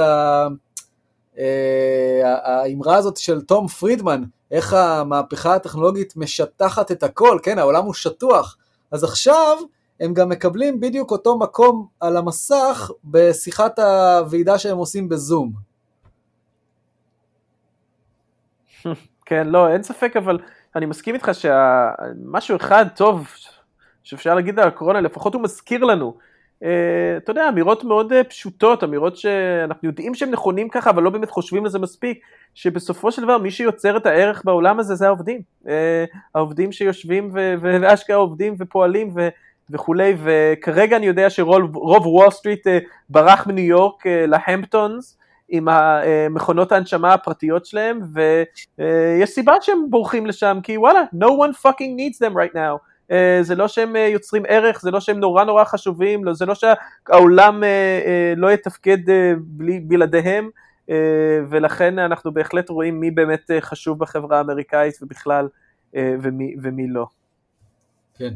האמרה הזאת של תום פרידמן, איך המהפכה הטכנולוגית משטחת את הכל, כן, העולם הוא שטוח. אז עכשיו הם גם מקבלים בדיוק אותו מקום על המסך בשיחת הוועידה שהם עושים בזום. כן, לא, אין ספק, אבל אני מסכים איתך שמשהו אחד טוב שאפשר להגיד על הקורונה, לפחות הוא מזכיר לנו, אתה יודע, אמירות מאוד פשוטות, אמירות שאנחנו יודעים שהם נכונים ככה, אבל לא באמת חושבים לזה מספיק, שבסופו של דבר מי שיוצר את הערך בעולם הזה זה העובדים, העובדים שיושבים ואשכרה עובדים ופועלים וכולי, וכרגע אני יודע שרוב וול סטריט ברח מניו יורק להמפטונס, עם המכונות ההנשמה הפרטיות שלהם, ויש סיבה שהם בורחים לשם, כי וואלה, no one fucking needs them right now, זה לא שהם יוצרים ערך, זה לא שהם נורא חשובים, זה לא שהעולם לא יתפקד בלעדיהם, ולכן אנחנו בהחלט רואים מי באמת חשוב בחברה האמריקאית ובכלל, ומי לא. כן.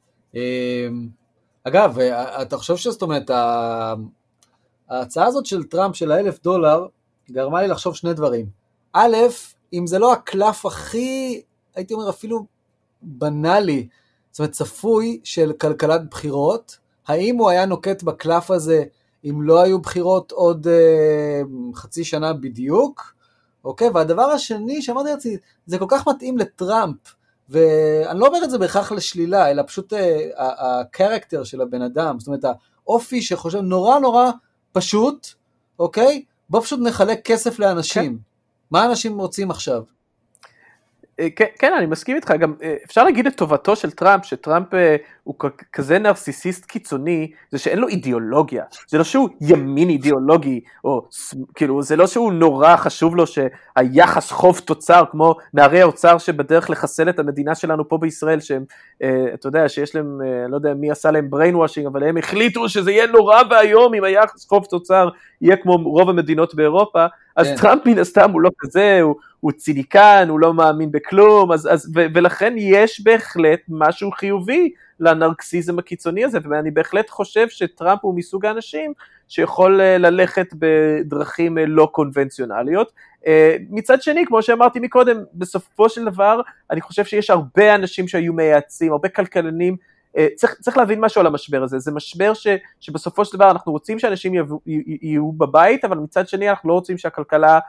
אגב, אתה חושב שזאת אומרת, ההצעה הזאת של טראמפ של $1,000 גרמה לי לחשוב שני דברים. א', אם זה לא הקלף הכי, הייתי אומר אפילו בנאלי, זאת אומרת צפוי של כלכלת בחירות, האם הוא היה נוקט בקלף הזה אם לא היו בחירות עוד חצי שנה בדיוק? אוקיי, והדבר השני שאמרתי לעצמי, זה כל כך מתאים לטראמפ, ואני לא אומר את זה בהכרח לשלילה, אלא פשוט הקרקטר של הבן אדם, זאת אומרת האופי שחושב נורא פשוט, אוקיי? בוא פשוט נחלק כסף לאנשים. כן. מה אנשים רוצים עכשיו? כן, אני מסכים איתך, גם אפשר להגיד את טובתו של טראמפ, שטראמפ הוא כזה נרסיסיסט קיצוני, זה שאין לו אידיאולוגיה, זה לא שהוא ימין אידיאולוגי, או כאילו, זה לא שהוא נורא חשוב לו שהיחס חוב תוצר, כמו נערי האוצר שבדרך לחסל את המדינה שלנו פה בישראל, שהם, אתה יודע, שיש להם, לא יודע מי עשה להם brainwashing, אבל הם החליטו שזה יהיה נורא והיום, אם היחס חוב תוצר יהיה כמו רוב המדינות באירופה, אז טראמפ מן הסתם הוא לא כזה, הוא ציניקן, הוא לא מאמין בכלום, ולכן יש בהחלט משהו חיובי לנרקסיזם הקיצוני הזה, ואני בהחלט חושב שטראמפ הוא מסוג האנשים שיכול ללכת בדרכים לא קונבנציונליות. מצד שני, כמו שאמרתי מקודם, בסופו של דבר, אני חושב שיש הרבה אנשים שהיו מייעצים, הרבה כלכלנים, צריך להבין משהו על המשבר הזה, זה משבר שבסופו של דבר אנחנו רוצים שאנשים יהיו בבית, אבל מצד שני אנחנו לא רוצים שהכלכלה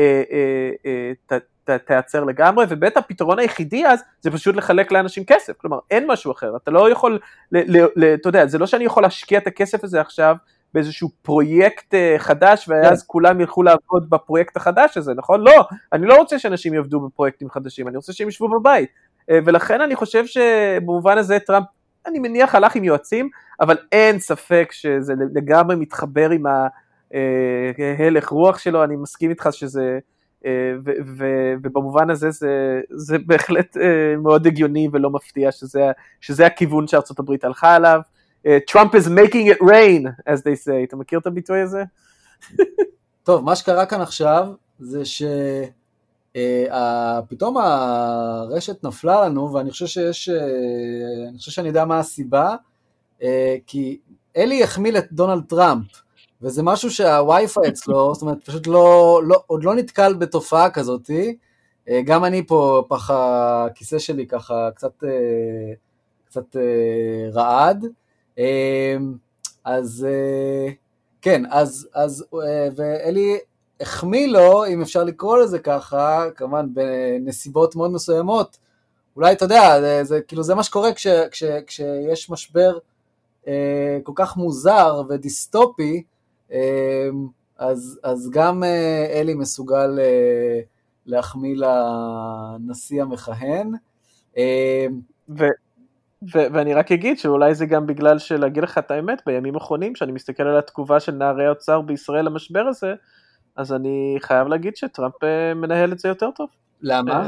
תעצר לגמרי, ובית הפתרון היחידי אז זה פשוט לחלק לאנשים כסף, כלומר אין משהו אחר, אתה לא יכול, אתה יודע, זה לא שאני יכול להשקיע את הכסף הזה עכשיו באיזשהו פרויקט חדש, ואז כולם ילכו לעבוד בפרויקט החדש הזה, נכון? לא, אני לא רוצה שאנשים יעבדו בפרויקטים חדשים, אני רוצה שהם ישבו בבית, ולכן אני חושב שבמובן הזה טראמפ, אני מניח הלך עם יועצים, אבל אין ספק שזה לגמרי מתחבר עם ההלך רוח שלו, אני מסכים איתך שזה, ובמובן הזה זה בהחלט מאוד הגיוני ולא מפתיע שזה הכיוון שארצות הברית הלכה עליו. Trump is making it rain, as they say. אתה מכיר את הביטוי הזה? טוב, מה שקרה כאן עכשיו זה פתאום הרשת נפלה לנו, ואני חושב שאני יודע מה הסיבה, כי אלי החמיל את דונלד טראמפ, וזה משהו שהווי-פיי אצלו, זאת אומרת, פשוט עוד לא נתקל בתופעה כזאת, גם אני פה, הכיסא שלי ככה קצת רעד, אז כן, אז ואלי החמיא לו, אם אפשר לקרוא לזה ככה, כמובן בנסיבות מאוד מסוימות, אולי אתה יודע, זה מה שקורה כשיש משבר כל כך מוזר ודיסטופי, אז גם אלי מסוגל להחמיא לנשיא המכהן. ואני רק אגיד שאולי זה גם בגלל שלהגיד לך את האמת, בימים האחרונים, שאני מסתכל על התגובה של נערי האוצר בישראל למשבר הזה, אז אני חייב להגיד שטראמפ מנהל את זה יותר טוב. למה?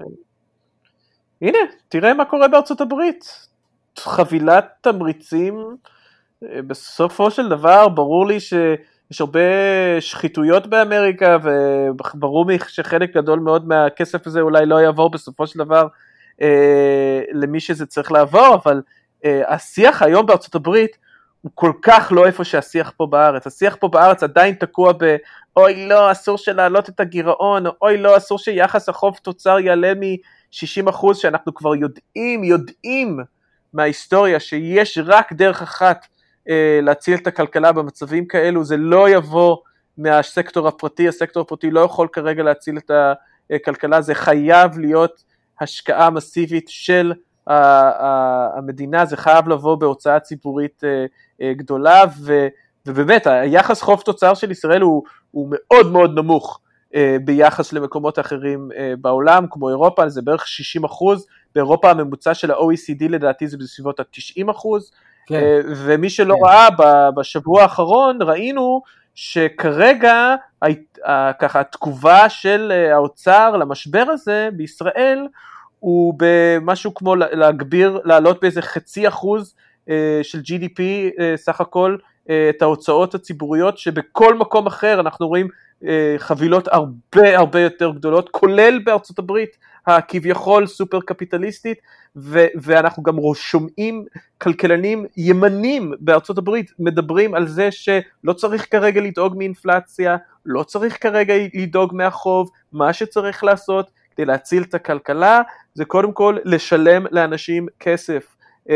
הנה, תראה מה קורה בארצות הברית. חבילת תמריצים, בסופו של דבר, ברור לי שיש הרבה שחיתויות באמריקה, וברור לי שחלק גדול מאוד מהכסף הזה אולי לא יעבור בסופו של דבר למי שזה צריך לעבור, אבל השיח היום בארצות הברית הוא כל כך לא איפה שהשיח פה בארץ. השיח פה בארץ עדיין תקוע אוי לא, אסור שלהעלות את הגירעון, אוי לא, אסור שיחס החוב תוצר יעלה מ-60%, שאנחנו כבר יודעים מההיסטוריה שיש רק דרך אחת להציל את הכלכלה במצבים כאלו, זה לא יבוא מהסקטור הפרטי, הסקטור הפרטי לא יכול כרגע להציל את הכלכלה, זה חייב להיות השקעה מסיבית של המדינה, זה חייב לבוא בהוצאה ציבורית גדולה, ובאמת היחס חוב תוצר של ישראל הוא מאוד מאוד נמוך ביחס למקומות אחרים בעולם, כמו אירופה, זה בערך 60%, באירופה הממוצע של ה-OECD לדעתי זה בסביבות ה-90%, כן. ומי שלא כן. ראה בשבוע האחרון, ראינו שכרגע ככה התגובה של האוצר למשבר הזה בישראל, הוא במשהו כמו לעלות באיזה 0.5% של GDP סך הכל את ההוצאות הציבוריות, שבכל מקום אחר אנחנו רואים חבילות הרבה יותר גדולות, כולל בארצות הברית הכביכול סופר קפיטליסטית, ואנחנו גם שומעים כלכלנים ימנים בארצות הברית מדברים על זה שלא צריך כרגע לדאוג מאינפלציה, לא צריך כרגע לדאוג מהחוב, מה שצריך לעשות כדי להציל את הכלכלה זה קודם כל לשלם לאנשים כסף,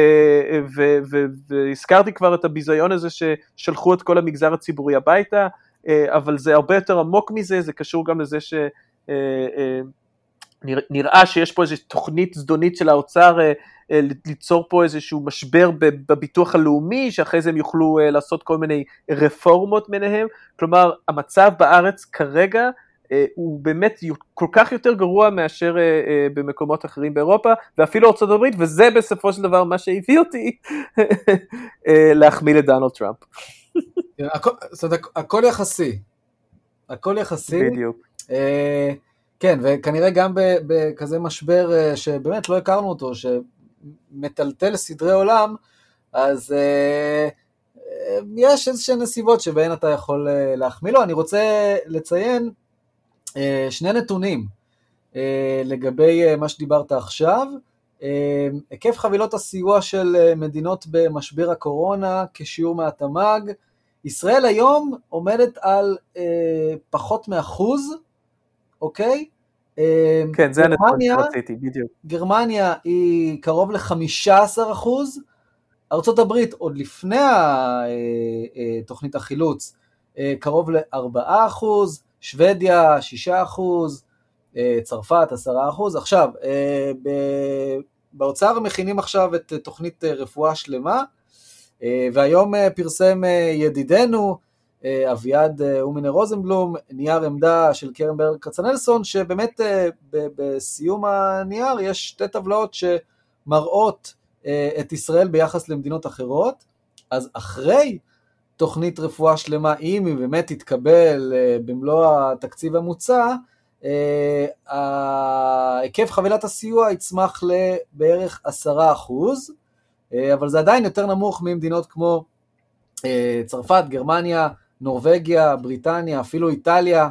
והזכרתי כבר את הביזיון הזה ששלחו את כל המגזר הציבורי הביתה, אבל זה הרבה יותר עמוק מזה, זה קשור גם לזה שנראה שיש פה איזו תוכנית זדונית של האוצר ליצור פה איזשהו משבר בביטוח הלאומי, שאחרי זה הם יוכלו לעשות כל מיני רפורמות ביניהם, כלומר המצב בארץ כרגע הוא באמת כל כך יותר גרוע מאשר במקומות אחרים באירופה, ואפילו ארצות הברית, וזה בסופו של דבר מה שהביא אותי להחמיא לדונלד טראמפ. הכל יחסי. הכל יחסי. בדיוק. כן, וכנראה גם בכזה משבר שבאמת לא הכרנו אותו, שמטלטל סדרי עולם, אז יש איזושהי נסיבות שבהן אתה יכול להחמיא לו. אני רוצה לציין שני נתונים לגבי מה שדיברת עכשיו, היקף חבילות הסיוע של מדינות במשבר הקורונה כשיעור מהתמ"ג, ישראל היום עומדת על פחות מ1%, אוקיי? כן, זה הנתון שרציתי, בדיוק. גרמניה היא קרוב ל15%, ארצות הברית עוד לפני תוכנית החילוץ קרוב ל4%, שוודיה 6%, צרפת 10%, עכשיו באוצר מכינים עכשיו את תוכנית רפואה שלמה, והיום פרסם ידידנו אביעד אומינר רוזנבלום נייר עמדה של קרן ברל כצנלסון, שבאמת בסיום הנייר יש שתי טבלאות שמראות את ישראל ביחס למדינות אחרות, אז אחרי תוכנית רפואה שלמה, אם היא באמת תתקבל במלוא התקציב המוצע, היקף חבילת הסיוע יצמח לבערך 10%, אבל זה עדיין יותר נמוך ממדינות כמו צרפת, גרמניה, נורווגיה, בריטניה, אפילו איטליה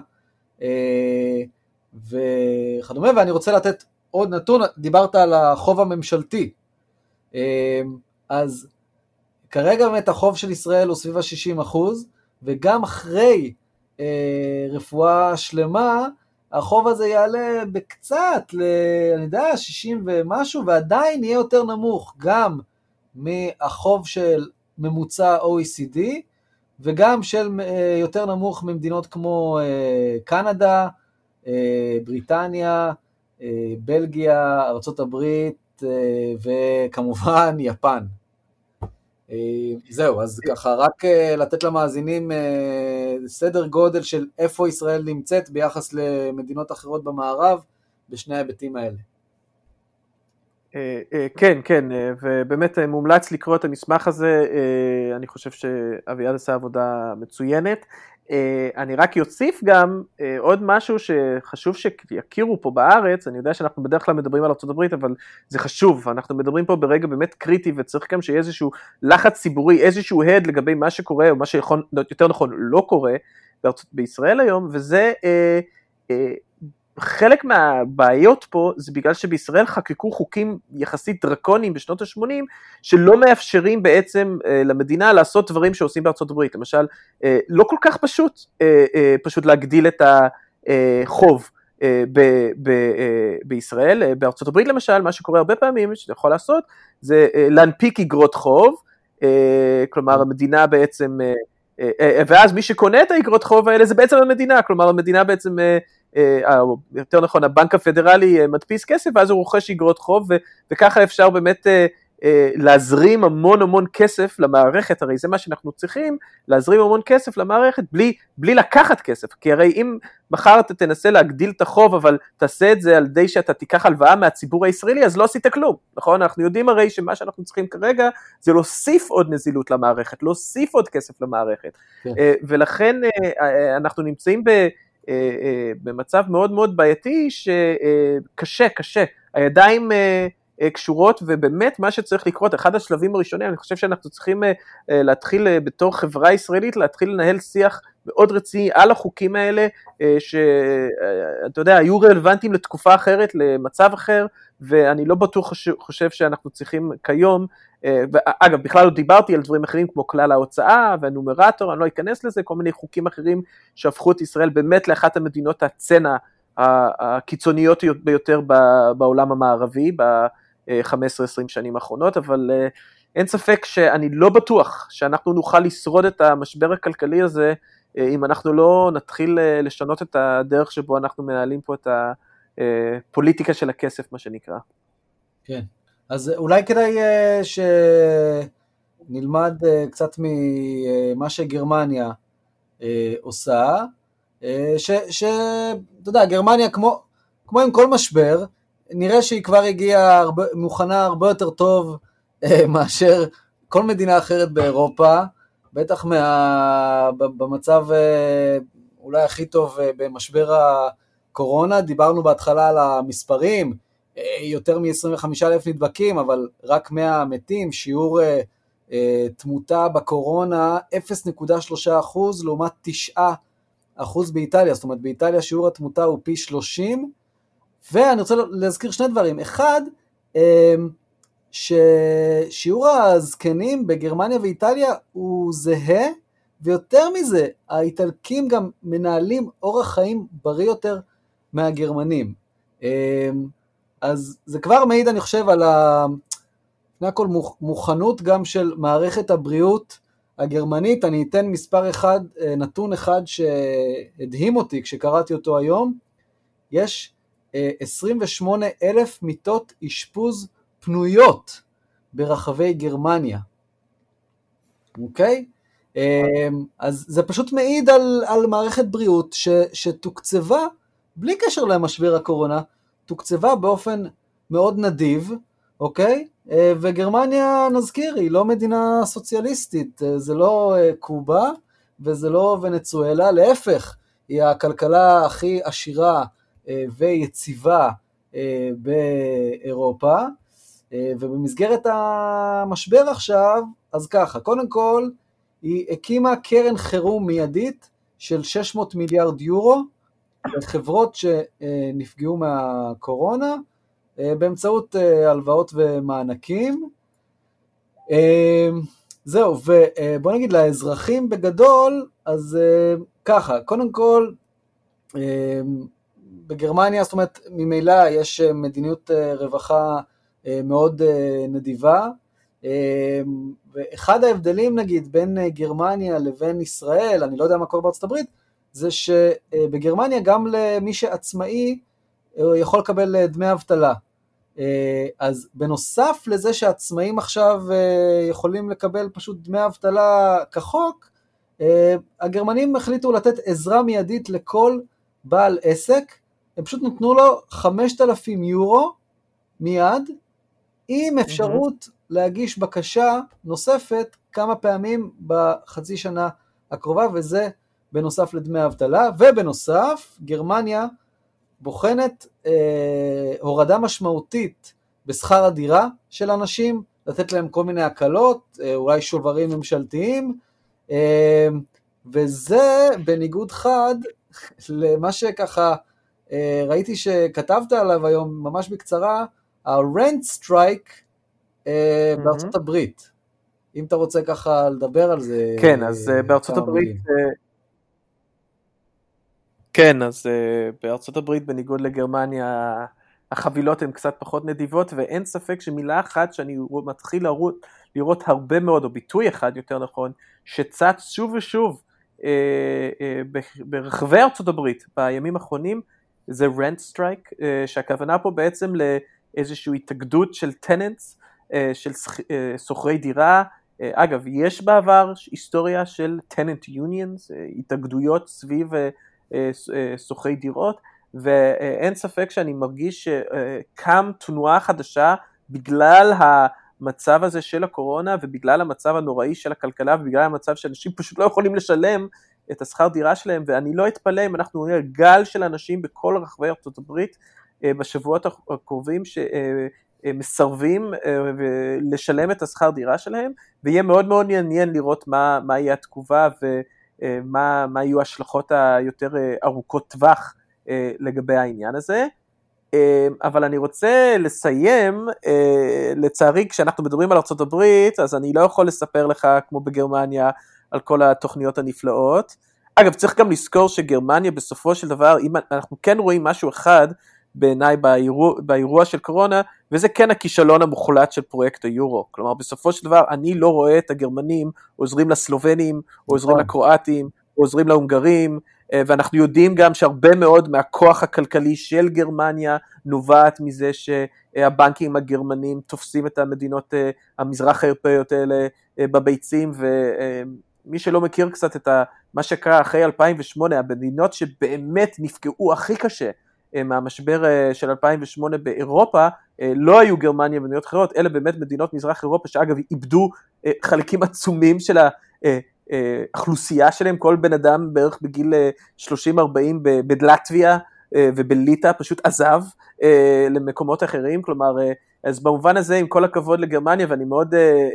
וכדומה. ואני רוצה לתת עוד נתון, דיברת על החוב הממשלתי, אז כרגע באמת החוב של ישראל הוא סביב ה-60%, וגם אחרי רפואה שלמה, החוב הזה יעלה בקצת, אני יודע, 60 ומשהו, ועדיין יהיה יותר נמוך, גם מהחוב של ממוצע OECD, וגם של יותר נמוך ממדינות כמו קנדה, בריטניה, בלגיה, ארצות הברית, וכמובן יפן. זהו, אז ככה, רק לתת למאזינים סדר גודל של איפה ישראל נמצאת ביחס למדינות אחרות במערב, בשני ההיבטים האלה. כן, כן, ובאמת מומלץ לקרוא את המסמך הזה, אני חושב שאביעד עשה עבודה מצוינת. אני רק יוסיף גם עוד משהו שחשוב שיכירו פה בארץ, אני יודע שאנחנו בדרך כלל מדברים על ארצות הברית, אבל זה חשוב, אנחנו מדברים פה ברגע באמת קריטי, וצריך גם שיהיה איזשהו לחץ ציבורי, איזשהו הד לגבי מה שקורה, או מה שיותר נכון לא קורה בישראל היום, וזה חלק מהבעיות פה, זה בגלל שבישראל חקקו חוקים יחסית דרקוניים בשנות ה-80, שלא מאפשרים בעצם למדינה לעשות דברים שעושים בארצות הברית, למשל, לא כל כך פשוט להגדיל את החוב בישראל, בארצות הברית למשל, מה שקורה הרבה פעמים, שאתה יכול לעשות, זה להנפיק איגרות חוב, כלומר המדינה בעצם, ואז מי שקונה את האיגרות חוב האלה, זה בעצם המדינה, כלומר המדינה בעצם, יותר נכון, הבנק הפדרלי מדפיס כסף, ואז הוא רוכש איגרות חוב, וככה אפשר באמת להזרים המון כסף למערכת, הרי זה מה שאנחנו צריכים, להזרים המון כסף למערכת, בלי לקחת כסף, כי הרי אם מחר אתה תנסה להגדיל את החוב, אבל תעשה את זה על די שאתה תיקח הלוואה מהציבור הישראלי, אז לא עשית כלום, נכון? אנחנו יודעים הרי שמה שאנחנו צריכים כרגע, זה להוסיף עוד נזילות למערכת, להוסיף עוד כסף למערכת, ולכן אנחנו נמצאים במצב מאוד מאוד בעייתי, שקשה, הידיים קשורות, ובאמת מה שצריך לקרות, אחד השלבים הראשונים, אני חושב שאנחנו צריכים להתחיל בתור חברה ישראלית, להתחיל לנהל שיח מאוד רציני על החוקים האלה, שאתה יודע, היו רלוונטיים לתקופה אחרת, למצב אחר, ואני לא בטוח חושב שאנחנו צריכים כיום, אגב, בכלל לא דיברתי על דברים אחרים כמו כלל ההוצאה והנומרטור, אני לא אכנס לזה, כל מיני חוקים אחרים שהפכו את ישראל באמת לאחת המדינות הצנע הקיצוניות ביותר בעולם המערבי, ב-15-20 שנים האחרונות, אבל אין ספק שאני לא בטוח שאנחנו נוכל לשרוד את המשבר הכלכלי הזה, אם אנחנו לא נתחיל לשנות את הדרך שבו אנחנו מנהלים פה את הפוליטיקה של הכסף, מה שנקרא. כן. אז אולי כדאי שנלמד קצת ממה שגרמניה עושה, אתה יודע, גרמניה כמו עם כל משבר, נראה שהיא כבר הגיעה מוכנה הרבה יותר טוב מאשר כל מדינה אחרת באירופה, בטח במצב אולי הכי טוב במשבר הקורונה, דיברנו בהתחלה על המספרים, יותר מ-25,000 נדבקים, אבל רק 100 מתים, שיעור תמותה בקורונה 0.3% לעומת 9% באיטליה, זאת אומרת באיטליה שיעור התמותה הוא פי 30, ואני רוצה להזכיר שני דברים, אחד, ששיעור הזקנים בגרמניה ואיטליה הוא זהה, ויותר מזה, האיטלקים גם מנהלים אורח חיים בריא יותר מהגרמנים, אז זה כבר מעיד, אני חושב, על לפני הכל מוכנות גם של מערכת הבריאות הגרמנית. אני אתן מספר אחד, נתון אחד שהדהים אותי כשקראתי אותו היום, יש 28,000 מיטות אשפוז פנויות ברחבי גרמניה. אוקיי? אז זה פשוט מעיד על מערכת בריאות שתוקצבה, בלי קשר למשבר הקורונה, תוקצבה באופן מאוד נדיב, אוקיי? וגרמניה, נזכיר, היא לא מדינה סוציאליסטית, זה לא קובה, וזה לא ונצואלה, להפך, היא הכלכלה הכי עשירה ויציבה באירופה, ובמסגרת המשבר עכשיו, אז ככה, קודם כל, היא הקימה קרן חירום מיידית של 600 מיליארד יורו, לחברות שנפגעו מהקורונה, באמצעות הלוואות ומענקים. זהו, ובוא נגיד לאזרחים בגדול, אז ככה, קודם כל, בגרמניה, זאת אומרת, ממילא יש מדיניות רווחה מאוד נדיבה, ואחד ההבדלים נגיד בין גרמניה לבין ישראל, אני לא יודע מה קורה בארצות הברית, זה שבגרמניה גם למי שעצמאי יכול לקבל דמי אבטלה. אז בנוסף לזה שהעצמאים עכשיו יכולים לקבל פשוט דמי אבטלה כחוק, הגרמנים החליטו לתת עזרה מיידית לכל בעל עסק, הם פשוט נתנו לו 5,000 יורו מיד, עם אפשרות להגיש בקשה נוספת כמה פעמים בחצי שנה הקרובה, וזה בנוסף לדמי האבטלה, ובנוסף גרמניה בוחנת הורדה משמעותית בשכר הדירה של אנשים, לתת להם כל מיני הקלות, אולי שוברים ממשלתיים, וזה בניגוד חד למה שככה ראיתי שכתבת עליו היום ממש בקצרה, ה-rent strike בארצות הברית. אם אתה רוצה ככה לדבר על זה. כן, אז בארצות הברית, כן, אז בארצות הברית בניגוד לגרמניה, החבילות הן קצת פחות נדיבות, ואין ספק שמילה אחת שאני מתחיל לראות הרבה מאוד, או ביטוי אחד יותר נכון, שצץ שוב ושוב ברחבי ארצות הברית בימים האחרונים, זה rent strike, שהכוונה פה בעצם לאיזושהי התאגדות של tenants, של שוכרי דירה. אגב, יש בעבר היסטוריה של tenant unions, התאגדויות סביב שוכרי דירות, ואין ספק שאני מרגיש שקם תנועה חדשה בגלל המצב הזה של הקורונה, ובגלל המצב הנוראי של הכלכלה, ובגלל המצב שאנשים פשוט לא יכולים לשלם את השכר דירה שלהם, ואני לא אתפלא אם אנחנו נראה גל של אנשים בכל רחבי ארצות הברית בשבועות הקרובים שמסרבים לשלם את השכר דירה שלהם, ויהיה מאוד מאוד מעניין לראות מה יהיה התגובה ומה יהיו השלכות היותר ארוכות טווח לגבי העניין הזה. אבל אני רוצה לסיים, לצערי כשאנחנו מדברים על ארצות הברית, אז אני לא יכול לספר לך כמו בגרמניה על כל התוכניות הנפלאות. אגב, צריך גם לזכור שגרמניה בסופו של דבר, אם אנחנו כן רואים משהו אחד בעיניי באירוע של קורונה, וזה כן הכישלון המוחלט של פרויקט היורו. כלומר, בסופו של דבר אני לא רואה את הגרמנים עוזרים לסלובנים, או עוזרים לקרואטים, או עוזרים להונגרים, ואנחנו יודעים גם שהרבה מאוד מהכוח הכלכלי של גרמניה נובעת מזה שהבנקים הגרמנים תופסים את המדינות המזרח האירופאיות האלה בביצים, ומי שלא מכיר קצת את מה שקרה אחרי 2008, המדינות שבאמת נפגעו הכי קשה מהמשבר של 2008 באירופה, לא היו גרמניה ומדינות אחרות, אלא באמת מדינות מזרח אירופה, שאגב איבדו חלקים עצומים של האוכלוסייה שלהם, כל בן אדם בערך בגיל 30-40 בלטביה ובליטה פשוט עזב למקומות אחרים. כלומר, אז במובן הזה עם כל הכבוד לגרמניה, ואני מאוד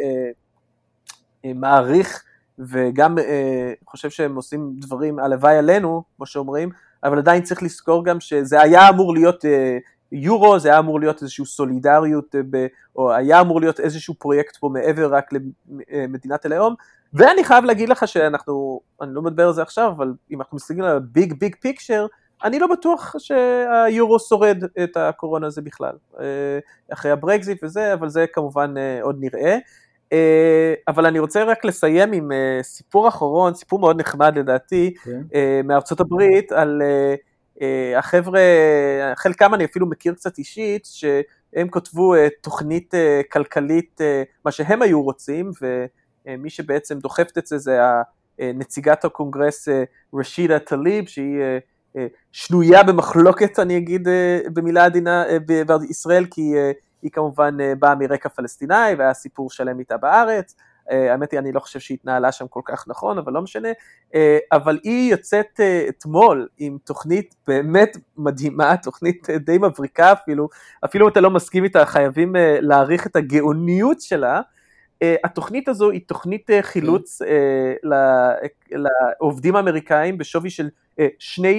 מעריך וגם חושב שהם עושים דברים הלוואי עלינו, כמו שאומרים, אבל עדיין צריך לזכור גם שזה היה אמור להיות יורו, זה היה אמור להיות איזושהי סולידריות, או היה אמור להיות איזשהו פרויקט פה מעבר רק למדינת הלאום, ואני חייב להגיד לך שאנחנו, אני לא מדבר על זה עכשיו, אבל אם אנחנו מסתכלים על הביג ביג פיקצ'ר, אני לא בטוח שהיורו שורד את הקורונה הזה בכלל, אחרי הברקזיט וזה, אבל זה כמובן עוד נראה. אבל אני רוצה רק לסיים עם סיפור אחרון, סיפור מאוד נחמד לדעתי, מארצות הברית, על החבר'ה, חלקם אני אפילו מכיר קצת אישית, שהם כותבו תוכנית כלכלית, מה שהם היו רוצים, ומי שבעצם דוחפת את זה, זה נציגת הקונגרס רשידה טליב, שהיא שנויה במחלוקת, אני אגיד במילה עדינה, בישראל, כי היא כמובן באה מרקע פלסטיני, והיה סיפור שלם איתה בארץ. האמת היא, אני לא חושב שהיא התנהלה שם כל כך נכון, אבל לא משנה. אבל היא יוצאת אתמול עם תוכנית באמת מדהימה, תוכנית די מבריקה אפילו אתה לא מסכים איתה, חייבים להעריך את הגאוניות שלה. התוכנית הזו היא תוכנית חילוץ לעובדים האמריקאים בשווי של $2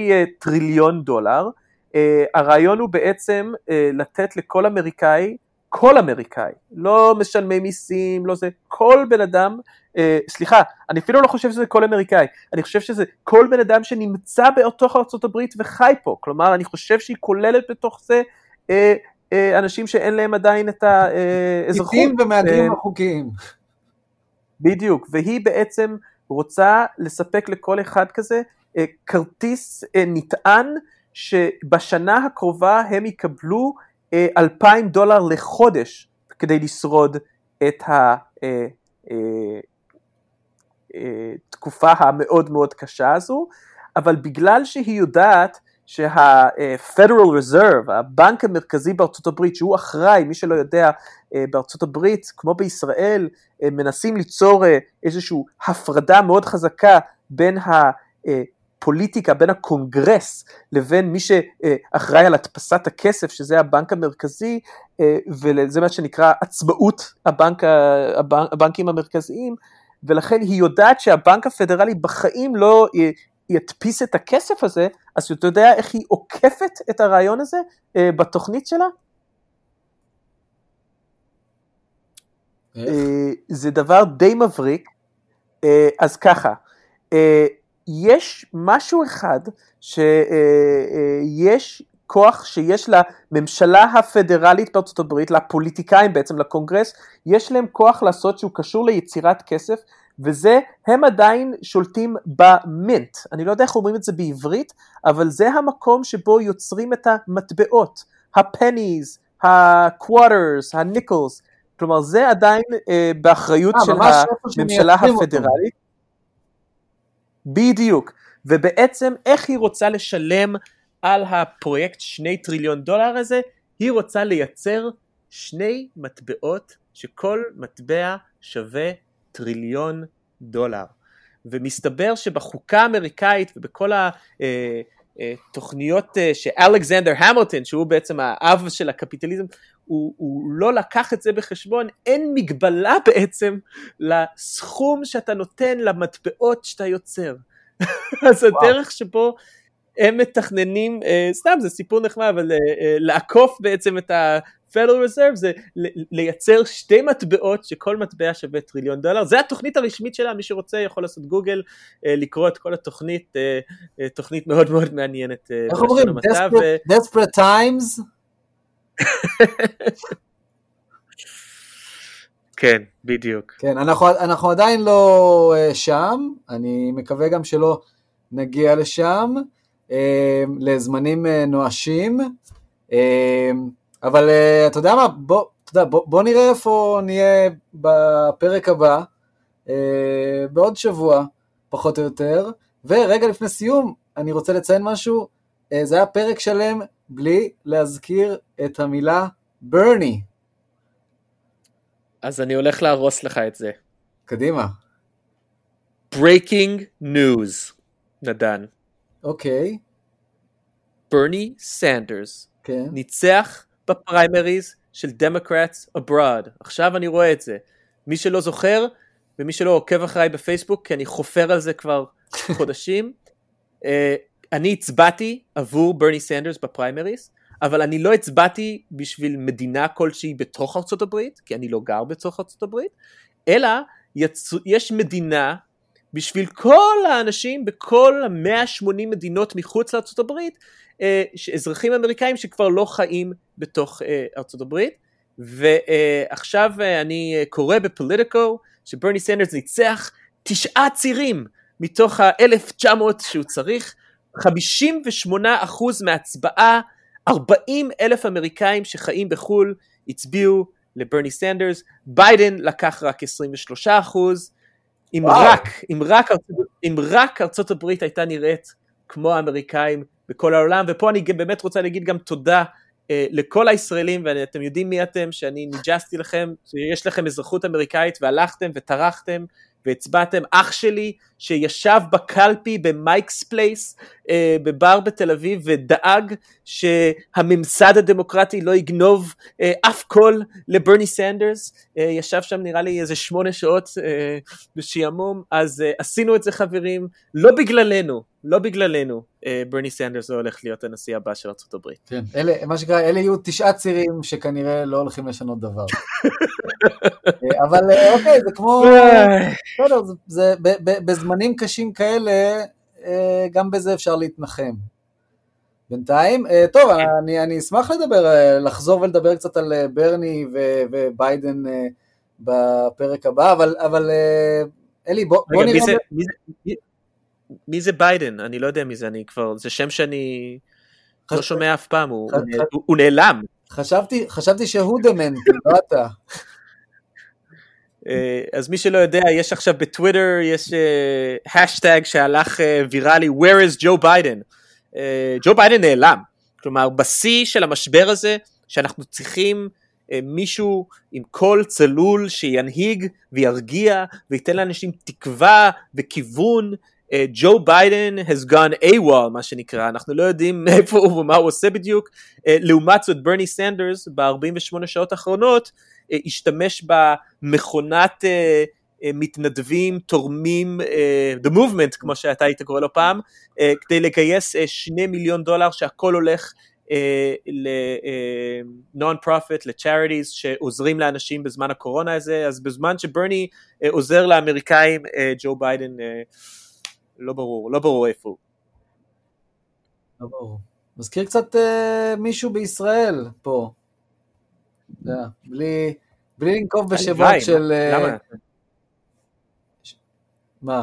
טריליון. הרעיון הוא בעצם לתת לכל אמריקאי כל אמריקאי, לא משלמי מיסים, לא זה, כל בן אדם, סליחה, אני אפילו לא חושב שזה כל אמריקאי, אני חושב שזה כל בן אדם שנמצא בתוך ארצות הברית וחי פה, כלומר אני חושב שהיא כוללת בתוך זה אנשים שאין להם עדיין את האזרחות. איטים ומהגרים החוקיים. בדיוק, והיא בעצם רוצה לספק לכל אחד כזה כרטיס נטען, שבשנה הקרובה הם יקבלו $2,000 לחודש כדי לשרוד את התקופה המאוד מאוד קשה הזו, אבל בגלל שהיא יודעת שה-Federal Reserve, הבנק המרכזי בארצות הברית, שהוא אחראי, מי שלא יודע, בארצות הברית, כמו בישראל, מנסים ליצור איזושהי הפרדה מאוד חזקה בין הפוליטיקה, בין הקונגרס, לבין מי שאחראי על הדפסת הכסף, שזה הבנק המרכזי, וזה מה שנקרא עצמאות הבנקים המרכזיים, ולכן היא יודעת שהבנק הפדרלי בחיים לא ידפיס את הכסף הזה, אז אתה יודע איך היא עוקפת את הרעיון הזה בתוכנית שלה? זה דבר די מבריק, אז ככה, יש משהו אחד שיש כוח שיש לממשלה הפדרלית בארצות הברית, לפוליטיקאים בעצם, לקונגרס, יש להם כוח לעשות שהוא קשור ליצירת כסף, וזה, הם עדיין שולטים במינט, אני לא יודע איך אומרים את זה בעברית, אבל זה המקום שבו יוצרים את המטבעות, הפניז, הקוואטרס, הניקלס, כלומר זה עדיין באחריות של הממשלה הפדרלית, בדיוק, ובעצם איך היא רוצה לשלם על הפרויקט $2 טריליון הזה, היא רוצה לייצר 2 מטבעות, שכל מטבע שווה $1 טריליון, ומסתבר שבחוקה האמריקאית ובכל התוכניות שאלכסנדר המילטון, שהוא בעצם האב של הקפיטליזם, הוא לא לקח את זה בחשבון, אין מגבלה בעצם לסכום שאתה נותן למטבעות שאתה יוצר. אז הדרך שבו הם מתכננים, סתם זה סיפור נחמד, אבל לעקוף בעצם את ה-Federal Reserve זה לייצר 2 מטבעות שכל מטבע שווה $1 טריליון. זה התוכנית הרשמית שלה, מי שרוצה יכול לעשות גוגל, לקרוא את כל התוכנית, תוכנית מאוד מאוד מעניינת. איך אומרים? Desperate Times? כן, בדיוק. כן, אנחנו עדיין לא שם, אני מקווה גם שלא נגיע לשם, לזמנים נואשים, אבל אתה יודע מה, בוא נראה איפה נהיה בפרק הבא, בעוד שבוע, פחות או יותר, ורגע לפני סיום, אני רוצה לציין משהו, זה היה פרק שלם בלי להזכיר את המילה ברני. אז אני הולך להרוס לך את זה. קדימה. Breaking news, נדן. אוקיי. ברני סנדרס כן. ניצח בפריימריז של דמוקרטס אברוד. עכשיו אני רואה את זה. מי שלא זוכר, ומי שלא עוקב אחריי בפייסבוק, כי אני חופר על זה כבר חודשים, אני הצבעתי עבור ברני סנדרס בפריימריז, אבל אני לא הצבעתי בשביל מדינה כלשהי בתוך ארצות הברית, כי אני לא גר בתוך ארצות הברית, אלא יש מדינה בשביל כל האנשים בכל 180 מדינות מחוץ לארצות הברית, אזרחים אמריקאים שכבר לא חיים בתוך ארצות הברית, ועכשיו אני קורא בפוליטיקו שברני סנדרס ניצח 9 צירים מתוך 1,900 שהוא צריך, 58% מההצבעה, 40,000 אמריקאים שחיים בחול הצביעו לברני סנדרס, ביידן לקח רק 23%, אם רק ארצות הברית הייתה נראית כמו האמריקאים בכל העולם, ופה אני באמת רוצה להגיד גם תודה לכל הישראלים, ואתם יודעים מי אתם, שאני ניג'סתי לכם, שיש לכם אזרחות אמריקאית, והלכתם וטרחתם, והצבעתם. אח שלי שישב בקלפי במייקס פלייס בבר בתל אביב ודאג שהממסד הדמוקרטי לא יגנוב אף קול לברני סנדרס, ישב שם נראה לי איזה 8 שעות בשעמום. אז עשינו את זה חברים, לא בגללנו, לא בגללנו, ברני סנדרס לא הולך להיות הנשיא הבא של ארצות הברית. כן, מה שקרה, אלה יהיו 9 צירים שכנראה לא הולכים לשנות דבר. אבל אוקיי, זה כמו, זה בזמנים קשים כאלה, גם בזה אפשר להתנחם. בינתיים, טוב, אני אשמח לחזור ולדבר קצת על ברני וביידן בפרק הבא, אבל אלי, בוא נראה... מי זה ביידן? אני לא יודע מי זה, זה שם שאני לא שומע אף פעם, הוא נעלם. חשבתי שהוא דמנטי, לא אתה. אז מי שלא יודע, יש עכשיו בטוויטר, יש השטג שהלך ויראלי, Where is Joe Biden? ג'ו ביידן נעלם, כלומר בשיא של המשבר הזה, שאנחנו צריכים מישהו עם קול צלול שינהיג וירגיע וייתן לאנשים תקווה וכיוון, ג'ו ביידן has gone AWOL, מה שנקרא, אנחנו לא יודעים איפה הוא ומה הוא עושה בדיוק, לעומת זאת ברני סנדרס ב-48 שעות האחרונות, השתמש במכונת מתנדבים, תורמים, the movement, כמו שאתה היית קורא לו פעם, כדי לגייס $2 מיליון, שהכל הולך ל-non-profit, ל-charities, שעוזרים לאנשים בזמן הקורונה הזה, אז בזמן שברני עוזר לאמריקאים, ג'ו ביידן לא ברור איפה הוא. לא ברור. מזכיר קצת מישהו בישראל פה. בלי לנקוב בשמות של... למה? מה?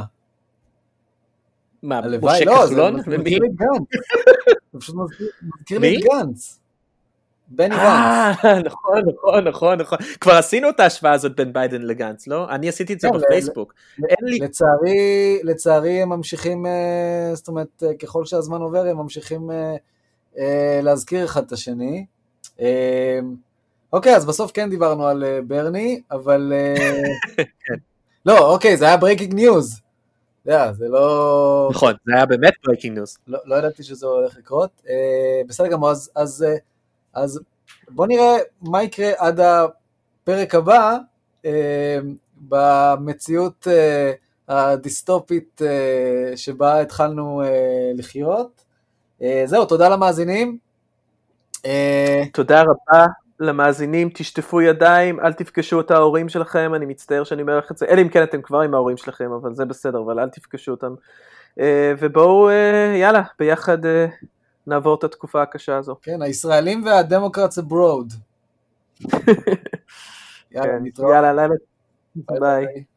משה כחלון? זה מזכיר לי גנץ. זה פשוט מזכיר לי גנץ. בני גנץ. נכון. כבר עשינו את ההשוואה הזאת בין ביידן לגנץ, לא? אני עשיתי את זה בפייסבוק. לצערי הם ממשיכים, זאת אומרת, ככל שהזמן עובר, הם ממשיכים להזכיר אחד את השני. אוקיי, אז בסוף כן דיברנו על ברני, אבל... לא, אוקיי, זה היה ברייקינג ניוז. זה לא... נכון, זה היה באמת ברייקינג ניוז. לא ידעתי שזה הולך לקרות. בסדר גמור, אז בוא נראה מה יקרה עד הפרק הבא, במציאות הדיסטופית שבה התחלנו לחיות. זהו, תודה למאזינים. תודה רבה למאזינים, תשטפו ידיים, אל תפגשו את ההורים שלכם, אני מצטער שאני אומר לך את זה, אלא אם כן אתם כבר עם ההורים שלכם, אבל זה בסדר, אבל אל תפגשו אותם, ובואו, יאללה, ביחד נעבור את התקופה הקשה הזו. כן, הישראלים והדמוקרטס אברוד. יאללה, ביי.